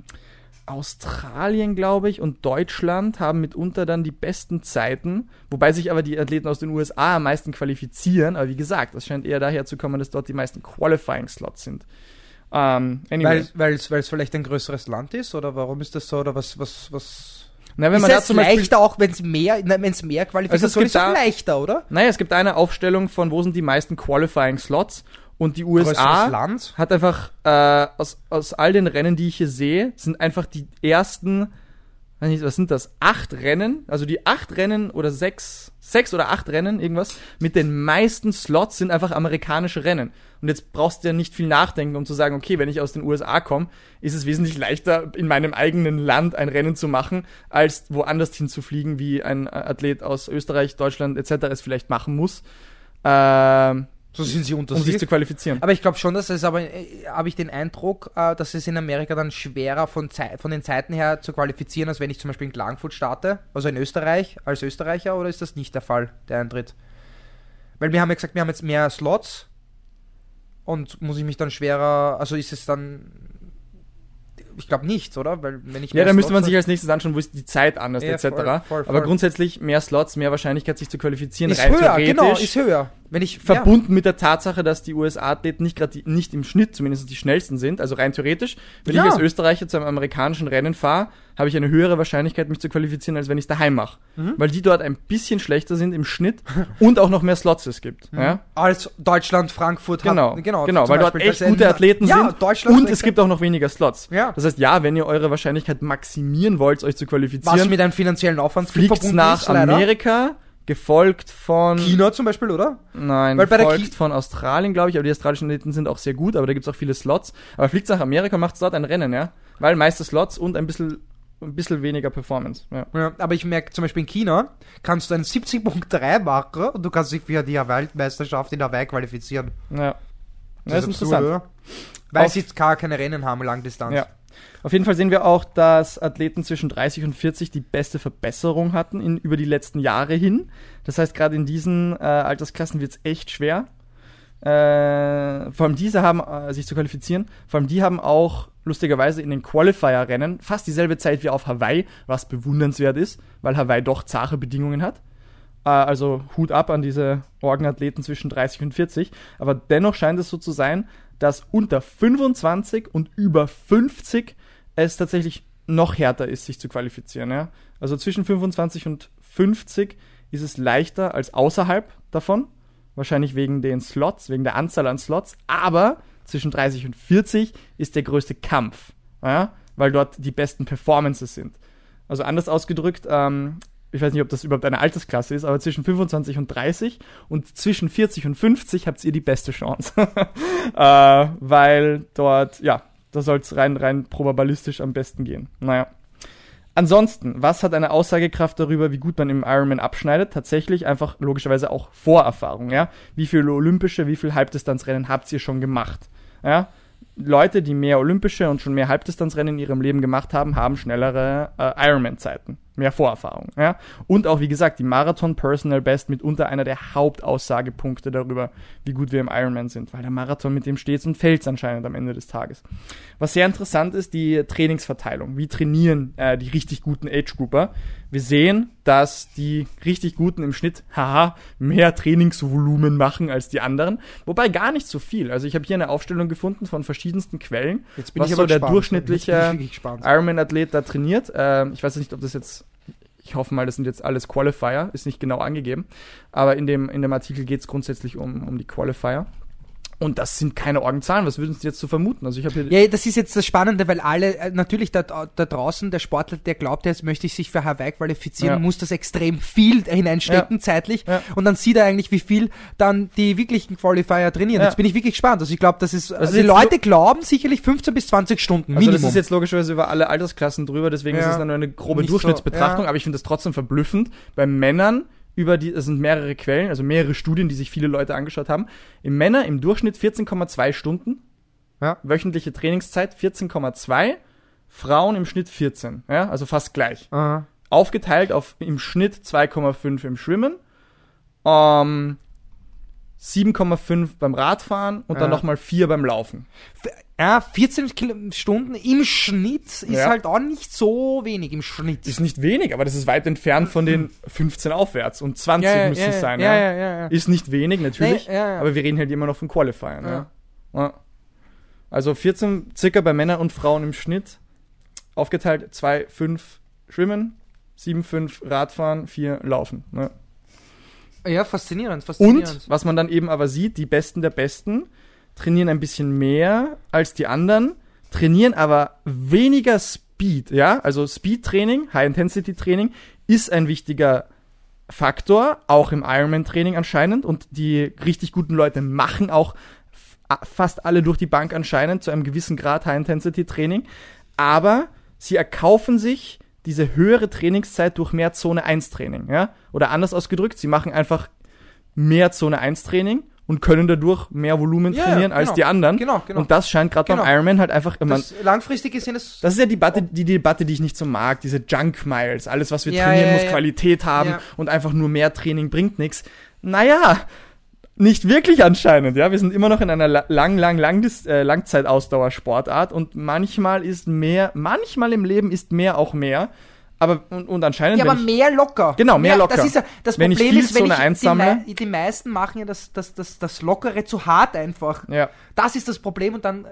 Australien, glaube ich, und Deutschland haben mitunter dann die besten Zeiten, wobei sich aber die Athleten aus den USA am meisten qualifizieren, aber wie gesagt, das scheint eher daher zu kommen, dass dort die meisten Qualifying-Slots sind. Anyway. Weil es vielleicht ein größeres Land ist, oder warum ist das so, oder was? Na, wenn Ist man da es zum Beispiel, leichter auch, wenn es mehr Qualifikation gibt ist, auch da- leichter, oder? naja, es gibt eine Aufstellung von, wo sind die meisten Qualifying-Slots, und die Größeres USA Land? hat einfach, aus all den Rennen, die ich hier sehe, sind einfach die ersten, weiß nicht, was sind das, 8 Rennen, also die 8 Rennen oder 6 oder 8 Rennen, irgendwas, mit den meisten Slots sind einfach amerikanische Rennen. Und jetzt brauchst du ja nicht viel nachdenken, um zu sagen, okay, wenn ich aus den USA komme, ist es wesentlich leichter, in meinem eigenen Land ein Rennen zu machen, als woanders hinzufliegen, wie ein Athlet aus Österreich, Deutschland etc. es vielleicht machen muss, So sind sie unter um sich sich. zu qualifizieren. Aber ich glaube schon, dass es habe ich den Eindruck, dass es in Amerika dann schwerer von den Zeiten her zu qualifizieren, als wenn ich zum Beispiel in Klagenfurt starte, also in Österreich, als Österreicher, oder ist das nicht der Fall, der Eintritt? Weil wir haben ja gesagt, wir haben jetzt mehr Slots und muss ich mich dann schwerer, also ist es dann, ich glaube nicht, oder? Weil wenn ich Ja, da müsste man sich als nächstes anschauen, wo ist die Zeit anders, Ja, etc. voll. Aber grundsätzlich mehr Slots, mehr Wahrscheinlichkeit, sich zu qualifizieren, ist rein höher, theoretisch. genau, ist höher. Wenn ich Verbunden mit der Tatsache, dass die USA-Athleten nicht im Schnitt zumindest die schnellsten sind, also rein theoretisch. Wenn Ja. ich als Österreicher zu einem amerikanischen Rennen fahre, habe ich eine höhere Wahrscheinlichkeit, mich zu qualifizieren, als wenn ich es daheim mache. Weil die dort ein bisschen schlechter sind im Schnitt und auch noch mehr Slots es gibt. Ja? als Deutschland, Frankfurt Genau, zum weil dort Beispiel, echt das- gute Athleten ja, sind Deutschland und es gibt auch noch weniger Slots. Ja. Das heißt, ja, wenn ihr eure Wahrscheinlichkeit maximieren wollt, euch zu was qualifizieren, mit einem finanziellen Aufwand fliegt verbunden nach ist, leider. Amerika, gefolgt von... China zum Beispiel, oder? Nein, Weil bei der gefolgt von Australien, glaube ich, aber die australischen Athleten sind auch sehr gut, aber da gibt's auch viele Slots. Aber fliegt nach Amerika und macht dort ein Rennen, ja? Weil meiste Slots und ein bisschen weniger Performance. Ja. Ja, aber ich merke zum Beispiel in China kannst du einen 70.3 machen und du kannst dich für die Weltmeisterschaft in Hawaii qualifizieren. Ja. Das ist absurd, interessant. oder? Weil Auf- sie jetzt gar keine Rennen haben, Langdistanz. Ja. Auf jeden Fall sehen wir auch, dass Athleten zwischen 30 und 40 die beste Verbesserung hatten über die letzten Jahre hin. Das heißt, gerade in diesen Altersklassen wird's echt schwer. Vor allem diese haben, sich zu qualifizieren, vor allem die haben auch lustigerweise in den Qualifier-Rennen fast dieselbe Zeit wie auf Hawaii, was bewundernswert ist, weil Hawaii doch zahre Bedingungen hat. Also Hut ab an diese Orgenathleten zwischen 30 und 40. Aber dennoch scheint es so zu sein, dass unter 25 und über 50 es tatsächlich noch härter ist, sich zu qualifizieren. Ja? Also zwischen 25 und 50 ist es leichter als außerhalb davon. Wahrscheinlich wegen den Slots, wegen der Anzahl an Slots. Aber zwischen 30 und 40 ist der größte Kampf. Ja? Weil dort die besten Performances sind. Also anders ausgedrückt, ich weiß nicht, ob das überhaupt eine Altersklasse ist, aber zwischen 25 und 30 und zwischen 40 und 50 habt ihr die beste Chance. Weil dort, ja, da soll es rein probabilistisch am besten gehen. Naja. Ansonsten, was hat eine Aussagekraft darüber, wie gut man im Ironman abschneidet? Tatsächlich einfach logischerweise auch Vorerfahrung, ja. Wie viele olympische, wie viel Halbdistanzrennen habt ihr schon gemacht? Ja. Leute, die mehr olympische und schon mehr Halbdistanzrennen in ihrem Leben gemacht haben, haben schnellere Ironman-Zeiten. Mehr Vorerfahrung, ja. Und auch, wie gesagt, die Marathon Personal Best mitunter einer der Hauptaussagepunkte darüber, wie gut wir im Ironman sind. Weil der Marathon, mit dem steht's und fällt's anscheinend am Ende des Tages. Was sehr interessant ist, die Trainingsverteilung. Wie trainieren die richtig guten Age-Grouper? Wir sehen, dass die richtig Guten im Schnitt, mehr Trainingsvolumen machen als die anderen. Wobei gar nicht so viel. Also ich habe hier eine Aufstellung gefunden von verschiedensten Quellen, Jetzt bin was ich so aber der gespannt. durchschnittliche Jetzt bin ich wirklich gespannt. Ironman-Athlet da trainiert. Ich weiß nicht, ob das jetzt, ich hoffe mal, das sind jetzt alles Qualifier, ist nicht genau angegeben. Aber in dem Artikel geht es grundsätzlich um die Qualifier. Und das sind keine Orgenzahlen. Was würden Sie jetzt so vermuten? Also ich habe hier Ja, das ist jetzt das Spannende, weil alle, natürlich da draußen, der Sportler, der glaubt, jetzt möchte ich sich für Hawaii qualifizieren, Ja. muss das extrem viel hineinstecken, Ja. zeitlich. Ja. Und dann sieht er eigentlich, wie viel dann die wirklichen Qualifier trainieren. Ja. Jetzt bin ich wirklich gespannt. Also ich glaube, das ist, Also die jetzt Leute glauben sicherlich 15 bis 20 Stunden Also Minimum. das ist jetzt logischerweise über alle Altersklassen drüber, deswegen Ja. ist es dann nur eine grobe Nicht so, Durchschnittsbetrachtung, ja. aber ich finde das trotzdem verblüffend. Bei Männern es sind mehrere Quellen, also mehrere Studien, die sich viele Leute angeschaut haben. Im Männer im Durchschnitt 14,2 Stunden. Ja. Wöchentliche Trainingszeit 14,2. Frauen im Schnitt 14. Ja, also fast gleich. Aha. Aufgeteilt auf im Schnitt 2,5 im Schwimmen, 7,5 beim Radfahren und dann Ja. nochmal 4 beim Laufen. Ja, 14 Stunden im Schnitt ist Ja. halt auch nicht so wenig im Schnitt. Ist nicht wenig, aber das ist weit entfernt von den 15 aufwärts und 20 müssen es sein. Ja. Ist nicht wenig, natürlich, Nee, ja. aber wir reden halt immer noch von Qualifiern. Ja. Ja. Also 14 circa bei Männern und Frauen im Schnitt. Aufgeteilt 2,5 Schwimmen, 7,5 Radfahren, 4 Laufen. Ne? Ja, faszinierend. Und, was man dann eben aber sieht, die Besten der Besten trainieren ein bisschen mehr als die anderen, trainieren aber weniger Speed, ja, also Speed-Training, High-Intensity-Training ist ein wichtiger Faktor, auch im Ironman-Training anscheinend, und die richtig guten Leute machen auch fast alle durch die Bank anscheinend zu einem gewissen Grad High-Intensity-Training, aber sie erkaufen sich diese höhere Trainingszeit durch mehr Zone-1-Training, ja, oder anders ausgedrückt, sie machen einfach mehr Zone-1-Training und können dadurch mehr Volumen trainieren als die anderen. Genau. Und das scheint gerade beim Ironman halt einfach immer... Langfristig gesehen ist... Das ist ja die Debatte, die ich nicht so mag, diese Junk Miles. Alles, was wir trainieren, muss Qualität haben und einfach nur mehr Training bringt nichts. Naja, nicht wirklich anscheinend. Ja, wir sind immer noch in einer Langzeitausdauersportart und manchmal im Leben ist mehr auch mehr. Aber und anscheinend. Ja, aber mehr locker. Genau, mehr locker. Das ist ja, das wenn Problem ich viel ist, wenn Zone 1 sammle, die meisten machen ja das Lockere zu hart einfach. Ja. Das ist das Problem und dann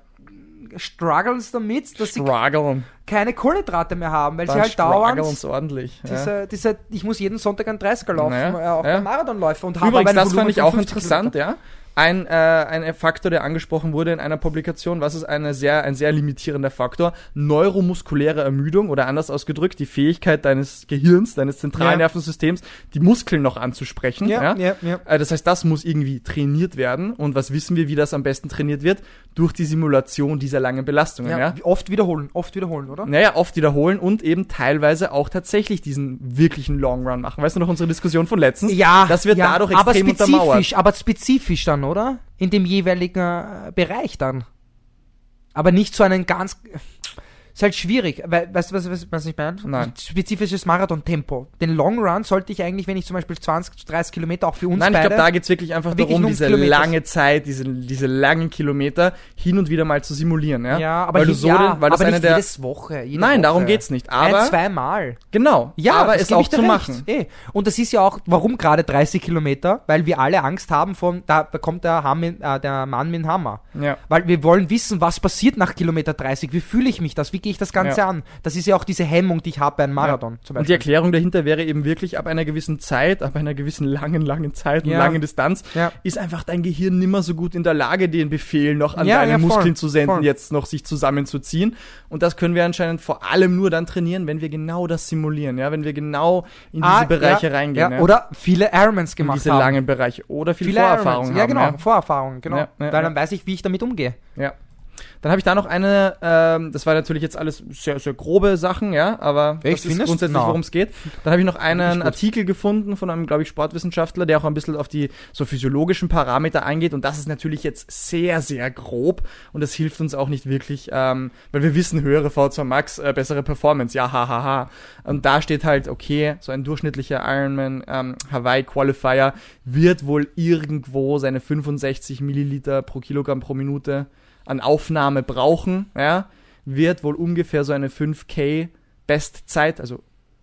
strugglen sie damit, dass sie keine Kohlenhydrate mehr haben, weil dann sie halt dauernd ordentlich. ich muss jeden Sonntag einen 30er laufen, auch beim Marathonläufer und habe übrigens, aber das fand ich auch interessant, Kilometer. Ein Faktor, der angesprochen wurde in einer Publikation, was ist ein sehr limitierender Faktor? Neuromuskuläre Ermüdung oder anders ausgedrückt, die Fähigkeit deines Gehirns, deines Zentralnervensystems, die Muskeln noch anzusprechen. Das heißt, das muss irgendwie trainiert werden. Und was wissen wir, wie das am besten trainiert wird? Durch die Simulation dieser langen Belastungen. Ja. Oft wiederholen, oder? Naja, oft wiederholen und eben teilweise auch tatsächlich diesen wirklichen Long Run machen. Weißt du noch unsere Diskussion von letztens? Ja. Das wird dadurch extrem untermauert. Aber spezifisch dann, oder? In dem jeweiligen Bereich dann. Aber nicht so einen ganz... Ist halt schwierig, weil, weißt du, was ich meine? Nein. Spezifisches Marathon-Tempo. Den Long Run sollte ich eigentlich, wenn ich zum Beispiel 20, 30 Kilometer auch für uns Nein, ich glaube, da geht's wirklich einfach darum, diese Kilometer. lange Zeit, diese langen Kilometer hin und wieder mal zu simulieren, ja? Ja, aber, weil du so weil das aber eine nicht jede Woche. Nein, darum geht's nicht. Aber 2 Mal. Genau. Ja, aber das es auch zu recht. machen. Und das ist ja auch, warum gerade 30 Kilometer? Weil wir alle Angst haben da kommt der Mann mit dem Hammer. Ja. Weil wir wollen wissen, was passiert nach Kilometer 30. Wie fühle ich mich das? Wie gehe ich das Ganze an? Das ist ja auch diese Hemmung, die ich habe bei einem Marathon zum Beispiel. Und die Erklärung dahinter wäre eben wirklich, ab einer gewissen Zeit, ab einer gewissen langen Zeit und langen Distanz, ist einfach dein Gehirn nimmer so gut in der Lage, den Befehl noch an deine Muskeln zu senden, jetzt noch sich zusammenzuziehen. Und das können wir anscheinend vor allem nur dann trainieren, wenn wir genau das simulieren, ja, wenn wir genau in diese Bereiche reingehen. Ja. Oder viele Ironmans gemacht haben. Diese langen Bereiche. Oder viele Vorerfahrungen haben. Ja, genau, Vorerfahrungen, genau. Weil dann weiß ich, wie ich damit umgehe. Ja. Dann habe ich da noch eine, das war natürlich jetzt alles sehr, sehr grobe Sachen, ja, aber das ist grundsätzlich, worum es geht. Dann habe ich noch einen Artikel gefunden von einem, glaube ich, Sportwissenschaftler, der auch ein bisschen auf die so physiologischen Parameter eingeht, und das ist natürlich jetzt sehr, sehr grob und das hilft uns auch nicht wirklich, weil wir wissen, höhere V2 Max, bessere Performance, ja, hahaha. Und da steht halt, okay, so ein durchschnittlicher Ironman Hawaii Qualifier wird wohl irgendwo seine 65 Milliliter pro Kilogramm pro Minute an Aufnahme brauchen, ja, wird wohl ungefähr so eine 5K Bestzeit, also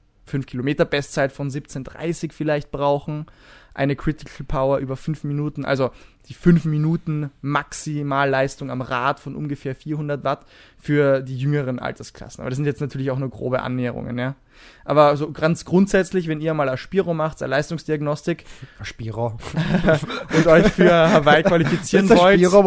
5 Kilometer Bestzeit von 17:30 vielleicht brauchen, eine Critical Power über 5 Minuten, also die 5 Minuten Maximalleistung am Rad von ungefähr 400 Watt für die jüngeren Altersklassen. Aber das sind jetzt natürlich auch nur grobe Annäherungen, ja. Aber so ganz grundsätzlich, wenn ihr mal Aspiro macht, eine Leistungsdiagnostik, Aspiro und euch für Hawaii qualifizieren wollt, die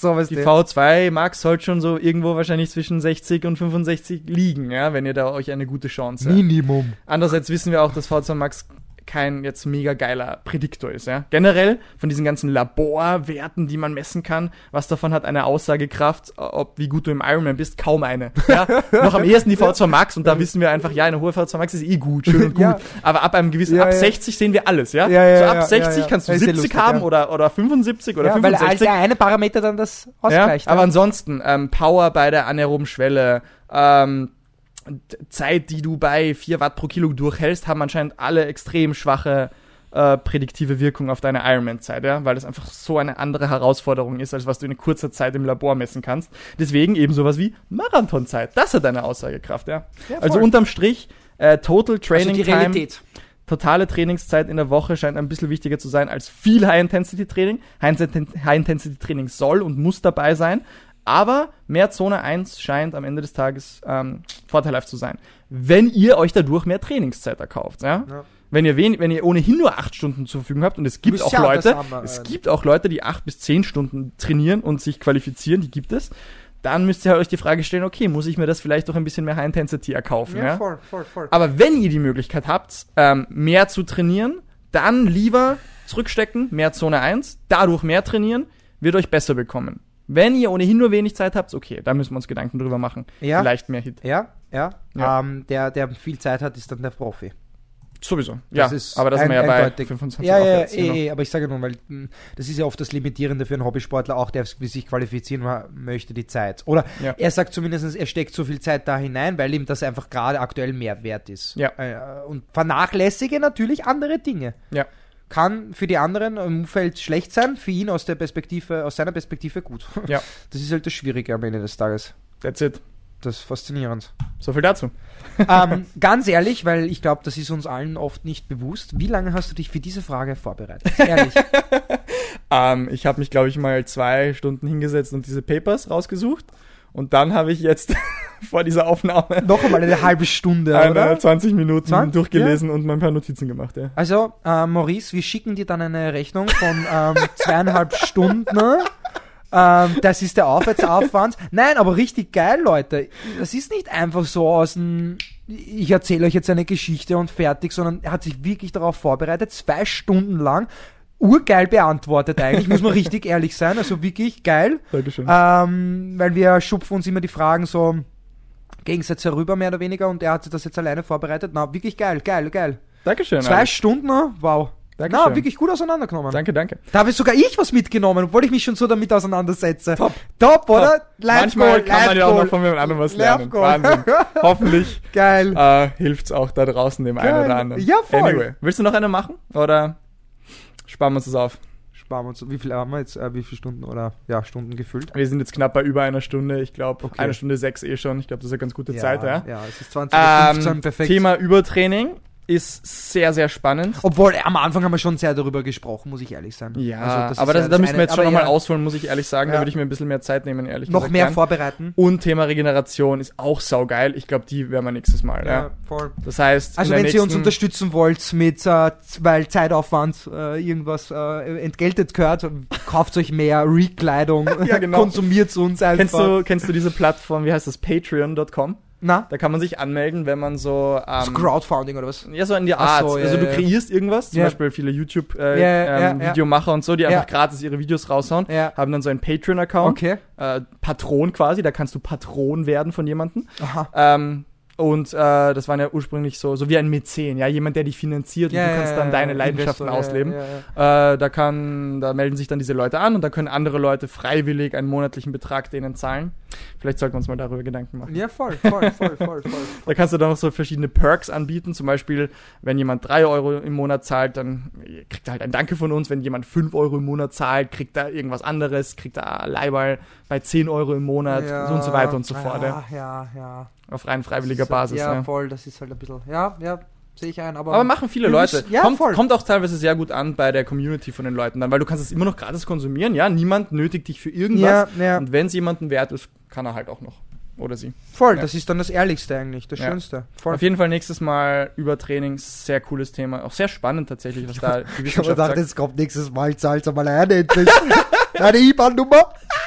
V2 Max sollte schon so irgendwo wahrscheinlich zwischen 60 und 65 liegen, ja, wenn ihr da euch eine gute Chance habt. Minimum. Andererseits wissen wir auch, dass V2 Max kein jetzt mega geiler Prädiktor ist, ja. Generell von diesen ganzen Laborwerten, die man messen kann, was davon hat eine Aussagekraft, wie gut du im Ironman bist, kaum eine. Ja? Noch am ehesten die V2 Max, und da wissen wir einfach, ja, eine hohe V2 Max ist gut, schön und gut. Aber ab einem gewissen, ab 60 sehen wir alles, ja. So ab 60 kannst du 70 lustig, haben oder 75 oder 65. Weil der eine Parameter dann das ausgleicht. Ja? Aber ansonsten, Power bei der anaeroben Schwelle, Zeit, die du bei 4 Watt pro Kilo durchhältst, haben anscheinend alle extrem schwache prädiktive Wirkung auf deine Ironman-Zeit, ja, weil das einfach so eine andere Herausforderung ist, als was du in kurzer Zeit im Labor messen kannst. Deswegen eben sowas wie Marathonzeit. Das hat eine Aussagekraft, ja. Also unterm Strich, Total Training Time, Realität. Totale Trainingszeit in der Woche scheint ein bisschen wichtiger zu sein als viel High-Intensity-Training. High-Intensity-Training soll und muss dabei sein, Aber mehr Zone 1 scheint am Ende des Tages vorteilhaft zu sein. Wenn ihr euch dadurch mehr Trainingszeit erkauft, ja? Wenn ihr ohnehin nur 8 Stunden zur Verfügung habt, und es gibt auch Leute, die 8 bis 10 Stunden trainieren und sich qualifizieren, die gibt es, dann müsst ihr halt euch die Frage stellen, okay, muss ich mir das vielleicht doch ein bisschen mehr High-Intensity erkaufen? Ja, voll. Aber wenn ihr die Möglichkeit habt, mehr zu trainieren, dann lieber zurückstecken, mehr Zone 1, dadurch mehr trainieren, wird euch besser bekommen. Wenn ihr ohnehin nur wenig Zeit habt, okay, da müssen wir uns Gedanken drüber machen. Ja. Vielleicht mehr Hit. Ja. Der viel Zeit hat, ist dann der Profi. Sowieso, Das aber das sind wir ja bei 25 aufwärts. Aber ich sage nur, weil das ist ja oft das Limitierende für einen Hobbysportler, auch der sich qualifizieren möchte, die Zeit. Oder er sagt zumindest, er steckt so viel Zeit da hinein, weil ihm das einfach gerade aktuell mehr wert ist. Ja. Und vernachlässige natürlich andere Dinge. Ja. Kann für die anderen im Umfeld schlecht sein, für ihn aus seiner Perspektive gut. Ja. Das ist halt das Schwierige am Ende des Tages. That's it. Das ist faszinierend. So viel dazu. Ganz ehrlich, weil ich glaube, das ist uns allen oft nicht bewusst. Wie lange hast du dich für diese Frage vorbereitet? Ehrlich. Ich habe mich, glaube ich, mal 2 Stunden hingesetzt und diese Papers rausgesucht. Und dann habe ich jetzt vor dieser Aufnahme noch einmal eine halbe Stunde, oder? 20 Minuten durchgelesen und mal ein paar Notizen gemacht. Ja. Also, Maurice, wir schicken dir dann eine Rechnung von 2,5 Stunden. Das ist der Arbeitsaufwand. Nein, aber richtig geil, Leute. Das ist nicht einfach so ich erzähle euch jetzt eine Geschichte und fertig, sondern er hat sich wirklich darauf vorbereitet, 2 Stunden lang, urgeil beantwortet eigentlich, muss man richtig ehrlich sein, also wirklich geil. Dankeschön. Weil wir schupfen uns immer die Fragen so Gegensätze rüber, mehr oder weniger, und er hat sich das jetzt alleine vorbereitet. Na, wirklich geil. Dankeschön. 2 Stunden, wow. Dankeschön. Na, wirklich gut auseinandergenommen. Danke. Da habe sogar ich was mitgenommen, obwohl ich mich schon so damit auseinandersetze. Top, oder? Manchmal kann man ja auch noch von jemand anderem was lernen. Wahnsinn. Hoffentlich hilft's auch da draußen dem einen oder anderen. Ja, voll. Anyway, willst du noch eine machen? Oder sparen wir uns das auf? Wie viel haben wir jetzt? Wie viele Stunden oder Stunden gefüllt? Wir sind jetzt knapp bei über einer Stunde. Ich glaube, 1 Stunde 6 schon. Ich glaube, das ist eine ganz gute Zeit. Ja, es ist 20:15, perfekt. Thema Übertraining ist sehr, sehr spannend. Obwohl, am Anfang haben wir schon sehr darüber gesprochen, muss ich ehrlich sein. Ja, also aber da müssen wir jetzt schon nochmal ausholen, muss ich ehrlich sagen. Da würde ich mir ein bisschen mehr Zeit nehmen, ehrlich gesagt. Noch mehr vorbereiten. Und Thema Regeneration ist auch saugeil. Ich glaube, die werden wir nächstes Mal. Ja, voll. Das heißt, also wenn ihr uns unterstützen wollt mit, weil Zeitaufwand irgendwas entgeltet gehört, kauft euch mehr Rekleidung, konsumiert uns einfach. Kennst du diese Plattform, wie heißt das, Patreon.com? Na? Da kann man sich anmelden, wenn man so... Crowdfunding oder was? Ja, so in der Art. Also du kreierst irgendwas, zum Beispiel viele YouTube-Videomacher und so, die einfach gratis ihre Videos raushauen, haben dann so einen Patreon-Account, Patron quasi, da kannst du Patron werden von jemandem. Aha. Und das war ja ursprünglich so wie ein Mäzen, jemand, der dich finanziert und du kannst dann deine Leidenschaften ausleben. Da melden sich dann diese Leute an und da können andere Leute freiwillig einen monatlichen Betrag denen zahlen. Vielleicht sollten wir uns mal darüber Gedanken machen. Ja, voll. Da kannst du dann noch so verschiedene Perks anbieten. Zum Beispiel, wenn jemand 3 Euro im Monat zahlt, dann kriegt er halt ein Danke von uns. Wenn jemand 5 Euro im Monat zahlt, kriegt er irgendwas anderes, kriegt er Leihwahl bei 10 Euro im Monat so und so weiter und so fort. Ja. Auf rein freiwilliger Basis. Ja, voll, das ist halt ein bisschen, sehe ich ein. Aber machen viele Leute. Kommt auch teilweise sehr gut an bei der Community von den Leuten dann, weil du kannst es immer noch gratis konsumieren, niemand nötigt dich für irgendwas. Und wenn es jemandem wert ist, kann er halt auch noch. Oder sie. Voll, das ist dann das Ehrlichste eigentlich, das Schönste. Voll. Auf jeden Fall nächstes Mal Übertraining, sehr cooles Thema. Auch sehr spannend tatsächlich, was da die Wissenschaft sagt. Ich habe gedacht, jetzt kommt nächstes Mal, zahlt's einmal endlich. Eine IBAN-Nummer.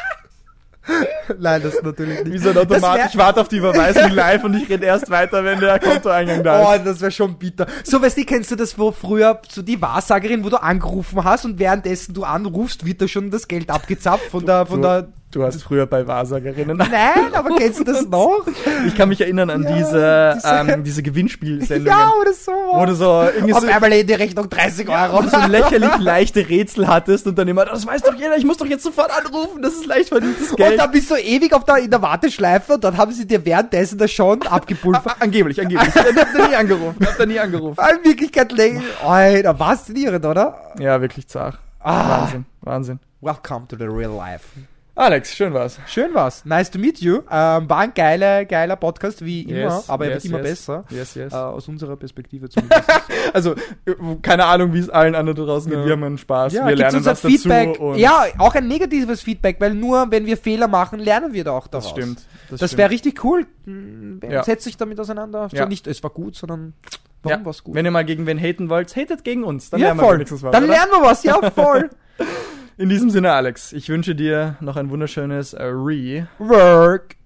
Nein, das ist natürlich nicht. Wie so ein Automat, ich warte auf die Überweisung live und ich rede erst weiter, wenn der Kontoeingang da ist. Oh, das wäre schon bitter. So, weißt du, kennst du das, wo früher so die Wahrsagerin, wo du angerufen hast und währenddessen du anrufst, wird da schon das Geld abgezapft von der... Du hast früher bei Wahrsagerinnen... Nein, aber kennst du das noch? Ich kann mich erinnern an diese Gewinnspielsendungen. Ja, oder so. Wo du so... Auf einmal in die Rechnung 30 Euro. Wo du so lächerlich leichte Rätsel hattest und dann immer, das weiß doch jeder, ich muss doch jetzt sofort anrufen, das ist leicht verdientes Geld. Und dann bist du ewig in der Warteschleife und dann haben sie dir währenddessen das schon abgepulvert. Angeblich. Ich hab da nie angerufen. In Wirklichkeit Alter, faszinierend, oder? Ja, wirklich zart. Wahnsinn. Welcome to the real life. Alex, schön war's. Schön war's. Nice to meet you. War ein geiler Podcast, wie immer, aber er wird immer besser. Yes. Aus unserer Perspektive zumindest. Also, keine Ahnung, wie es allen anderen da draußen geht. Wir haben einen Spaß. Ja, wir lernen unser was Feedback. dazu. Und Ja, auch ein negatives Feedback, weil nur wenn wir Fehler machen, lernen wir da auch daraus. das stimmt. Das wäre richtig cool. Ja. Setzt sich damit auseinander. Ja. So nicht, es war gut, sondern warum war's gut? Wenn ihr mal gegen wen haten wollt, hatet gegen uns. Dann Ja, lernen wir voll. wenigstens was. Dann oder? lernen wir was, ja, voll. In diesem Sinne, Alex, ich wünsche dir noch ein wunderschönes Work.